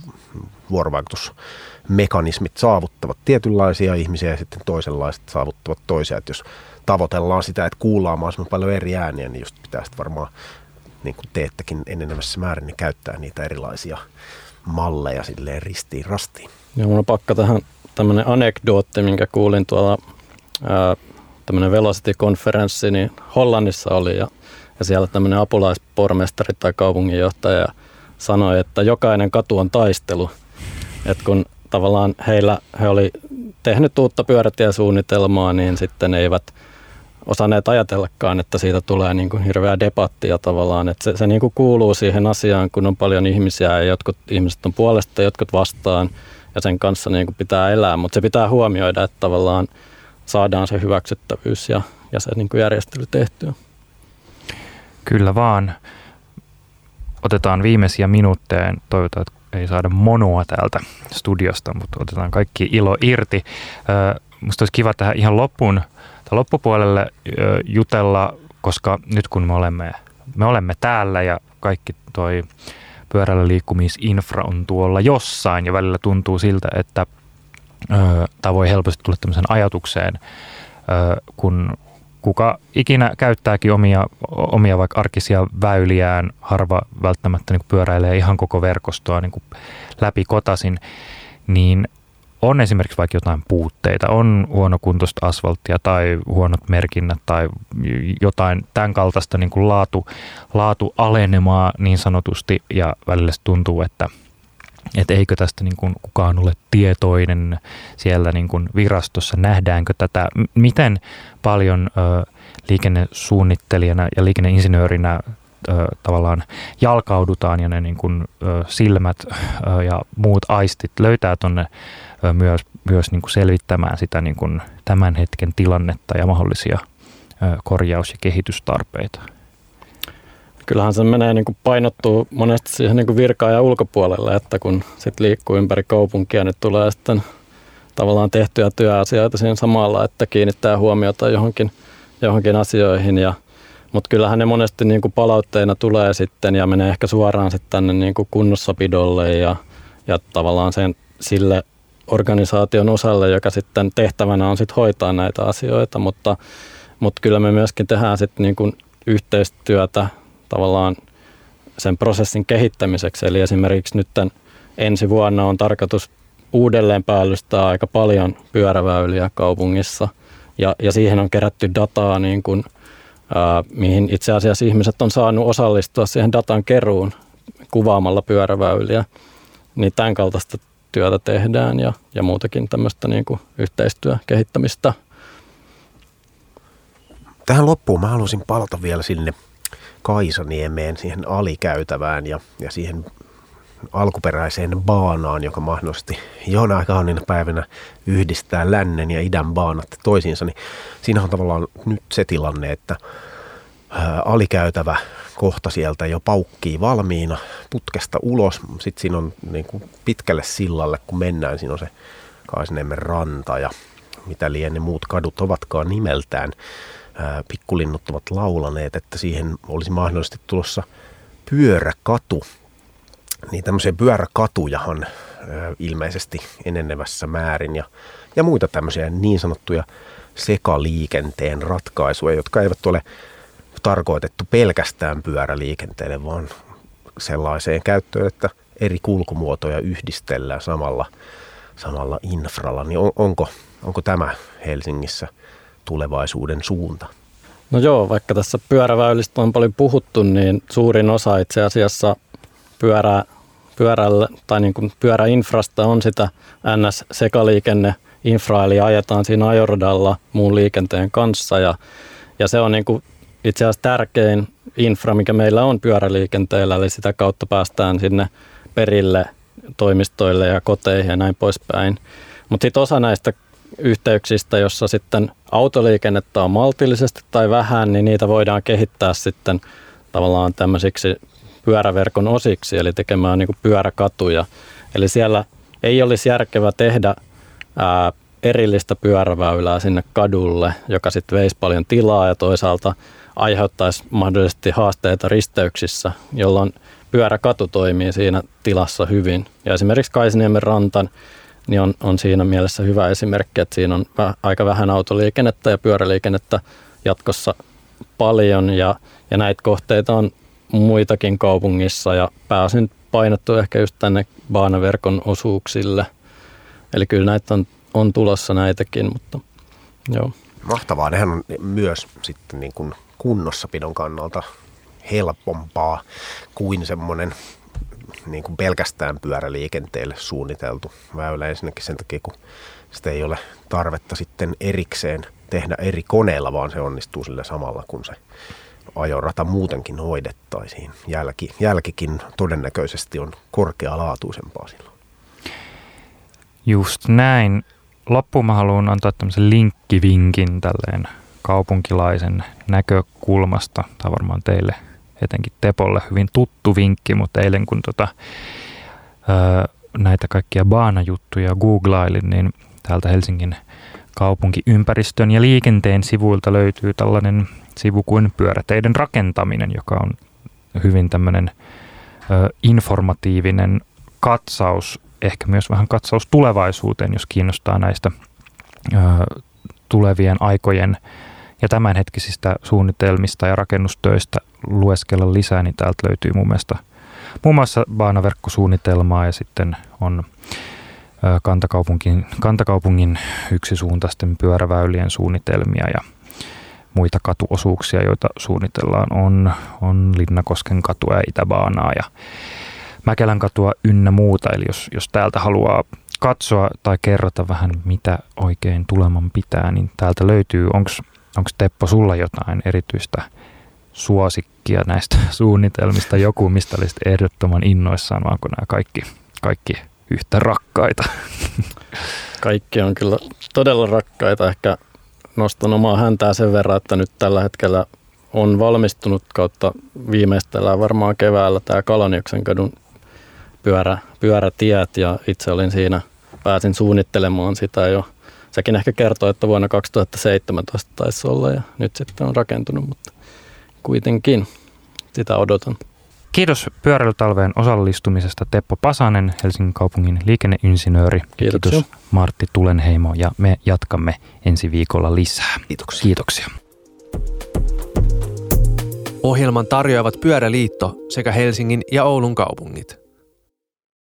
vuorovaikutusmekanismit saavuttavat tietynlaisia ihmisiä ja sitten toisenlaiset saavuttavat toisia. Että jos tavoitellaan sitä, että kuullaan mahdollisimman paljon eri ääniä, niin just pitää sitten varmaan, niin kuin teettekin enenevässä määrin, niin käyttää niitä erilaisia malleja silleen ristiin rastiin. Joo, mun on pakka tähän tämmöinen anekdootti, minkä kuulin tuolla ää, tämmöinen Velocity-konferenssi, niin Hollannissa oli ja, ja siellä tämmöinen apulaispormestari tai kaupunginjohtaja sanoi, että jokainen katu on taistelu. Että kun tavallaan heillä, he oli tehnyt uutta pyörätiesuunnitelmaa, niin sitten eivät osanneet ajatellakaan, että siitä tulee niin kuin hirveä debattia tavallaan. Että se, se niin kuin kuuluu siihen asiaan, kun on paljon ihmisiä ja jotkut ihmiset on puolesta ja jotkut vastaan ja sen kanssa niin kuin pitää elää. Mutta se pitää huomioida, että tavallaan saadaan se hyväksyttävyys ja, ja se niin kuin järjestely tehtyä. Kyllä vaan. Otetaan viimeisiä minuutteja. Toivotaan, ei saada monoa täältä studiosta, mutta otetaan kaikki ilo irti. Musta olisi kiva tähän ihan loppuun, tai loppupuolelle jutella, koska nyt kun me olemme, me olemme täällä ja kaikki toi pyörällä liikkumisinfra on tuolla jossain ja välillä tuntuu siltä, että tämä voi helposti tulla tämmöisen ajatukseen, kun kuka ikinä käyttääkin omia, omia vaikka arkisia väyliään, harva välttämättä niin pyöräilee ihan koko verkostoa niin läpi kotasin, niin on esimerkiksi vaikka jotain puutteita, on huonokuntoista asfalttia tai huonot merkinnät tai jotain tämän kaltaista niin kuin laatu, laatu alenemaa niin sanotusti ja välillä tuntuu, että että eikö tästä niin kuin kukaan ole tietoinen siellä niin kuin virastossa, nähdäänkö tätä, miten paljon ö, liikennesuunnittelijana ja liikenneinsinöörinä ö, tavallaan jalkaudutaan ja ne niin kuin, ö, silmät ö, ja muut aistit löytää tuonne myös, myös niin kuin selvittämään sitä niin kuin tämän hetken tilannetta ja mahdollisia ö, korjaus- ja kehitystarpeita. Kyllähän se menee niin kuin painottuu monesti siihen niin kuin virka-ajan ulkopuolelle, että kun sit liikkuu ympäri kaupunkia, niin tulee sitten tavallaan tehtyjä työasioita siinä samalla, että kiinnittää huomiota johonkin, johonkin asioihin. Ja, mutta kyllähän ne monesti niin kuin palautteina tulee sitten ja menee ehkä suoraan sitten tänne niin kuin kunnossapidolle ja, ja tavallaan sen sille organisaation osalle, joka sitten tehtävänä on sitten hoitaa näitä asioita, mutta, mutta kyllä me myöskin tehdään sitten niin kuin yhteistyötä tavallaan sen prosessin kehittämiseksi. Eli esimerkiksi nyt ensi vuonna on tarkoitus uudelleen päällystää aika paljon pyöräväyliä kaupungissa. Ja, ja siihen on kerätty dataa, niin kuin, ää, mihin itse asiassa ihmiset on saanut osallistua siihen datan keruun kuvaamalla pyöräväyliä. Niin tämän kaltaista työtä tehdään ja, ja muutakin tämmöistä niin kuin yhteistyökehittämistä. Tähän loppuun mä haluaisin palata vielä sinne Kaisaniemeen, siihen alikäytävään ja, ja siihen alkuperäiseen baanaan, joka mahdollisesti jonain kauniina päivänä yhdistää lännen ja idän baanat toisiinsa, niin siinä on tavallaan nyt se tilanne, että ää, alikäytävä kohta sieltä jo paukkii valmiina putkesta ulos. Sitten siinä on niin kuin pitkälle sillalle, kun mennään, siinä on se Kaisaniemen ranta ja mitä liian ne muut kadut ovatkaan nimeltään. Pikkulinnut ovat laulaneet, että siihen olisi mahdollisesti tulossa pyöräkatu. Niin tämmöisiä pyöräkatujahan ilmeisesti enenevässä määrin ja, ja muita tämmöisiä niin sanottuja sekaliikenteen ratkaisuja, jotka eivät ole tarkoitettu pelkästään pyöräliikenteelle, vaan sellaiseen käyttöön, että eri kulkumuotoja yhdistellään samalla, samalla infralla. Niin on, onko, onko tämä Helsingissä tulevaisuuden suunta? No joo, vaikka tässä pyöräväylistä on paljon puhuttu, niin suurin osa itse asiassa pyörää, pyörällä, tai niin kuin pyöräinfrasta on sitä N S-sekaliikenneinfraa, eli ajetaan siinä ajoradalla muun liikenteen kanssa, ja, ja se on niin kuin itse asiassa tärkein infra, mikä meillä on pyöräliikenteellä, eli sitä kautta päästään sinne perille toimistoille ja koteihin ja näin poispäin. Mutta sitten osa näistä yhteyksistä, jossa sitten autoliikennettä on maltillisesti tai vähän, niin niitä voidaan kehittää sitten tavallaan tämmöisiksi pyöräverkon osiksi, eli tekemään niin kuin pyöräkatuja. Eli siellä ei olisi järkevä tehdä ää, erillistä pyöräväylää sinne kadulle, joka sitten veisi paljon tilaa ja toisaalta aiheuttaisi mahdollisesti haasteita risteyksissä, jolloin pyöräkatu toimii siinä tilassa hyvin. Ja esimerkiksi Kaisaniemen rantan niin on, on siinä mielessä hyvä esimerkki, että siinä on väh, aika vähän autoliikennettä ja pyöräliikennettä jatkossa paljon ja, ja näitä kohteita on muitakin kaupungissa ja pääosin painottu ehkä just tänne baanaverkon osuuksille. Eli kyllä näitä on, on tulossa näitäkin, mutta joo. Mahtavaa. Nehän on myös sitten niin kuin kunnossapidon kannalta helpompaa kuin semmoinen niin kuin pelkästään pyöräliikenteelle suunniteltu väylä. Ensinnäkin sen takia, kun sitä ei ole tarvetta sitten erikseen tehdä eri koneella, vaan se onnistuu sillä samalla, kun se ajorata muutenkin hoidettaisiin. Jälki, jälkikin todennäköisesti on korkealaatuisempaa silloin. Just näin. Loppuun mä haluan antaa tämmöisen linkkivinkin tälleen kaupunkilaisen näkökulmasta. Tämä varmaan teille, etenkin Tepolle, hyvin tuttu vinkki, mutta eilen kun tota, näitä kaikkia baanajuttuja googlailin, niin täältä Helsingin kaupunkiympäristön ja liikenteen sivuilta löytyy tällainen sivu kuin pyöräteiden rakentaminen, joka on hyvin tämmöinen ö, informatiivinen katsaus, ehkä myös vähän katsaus tulevaisuuteen, jos kiinnostaa näistä ö, tulevien aikojen ja tämänhetkisistä suunnitelmista ja rakennustöistä lueskella lisää, niin täältä löytyy mun mielestä muun muassa baanaverkkosuunnitelmaa ja sitten on Kantakaupungin, Kantakaupungin yksisuuntaisten pyöräväylien suunnitelmia ja muita katuosuuksia, joita suunnitellaan, on, on Linnakosken katua ja Itäbaanaa ja Mäkelän katua ynnä muuta. Eli jos, jos täältä haluaa katsoa tai kerrota vähän, mitä oikein tuleman pitää, niin täältä löytyy. Onko Teppo sulla jotain erityistä suosikkia näistä suunnitelmista? Joku, mistä olisit ehdottoman innoissaan, vaan kun nämä kaikki, kaikki yhtä rakkaita? Kaikki on kyllä todella rakkaita. Ehkä nostan omaa häntää sen verran, että nyt tällä hetkellä on valmistunut kautta viimeistellään varmaan keväällä tämä Kalanioksen kadun pyörä, pyörätiet ja itse olin siinä, pääsin suunnittelemaan sitä jo. Sekin ehkä kertoo, että vuonna kaksituhattaseitsemäntoista taisi olla ja nyt sitten on rakentunut, mutta kuitenkin sitä odotan. Kiitos pyöräilytalveen osallistumisesta Teppo Pasanen, Helsingin kaupungin liikenneinsinööri. Kiitoksia. Kiitos Martti Tulenheimo ja me jatkamme ensi viikolla lisää. Kiitoksia. Kiitoksia. Ohjelman tarjoavat Pyöräliitto sekä Helsingin ja Oulun kaupungit.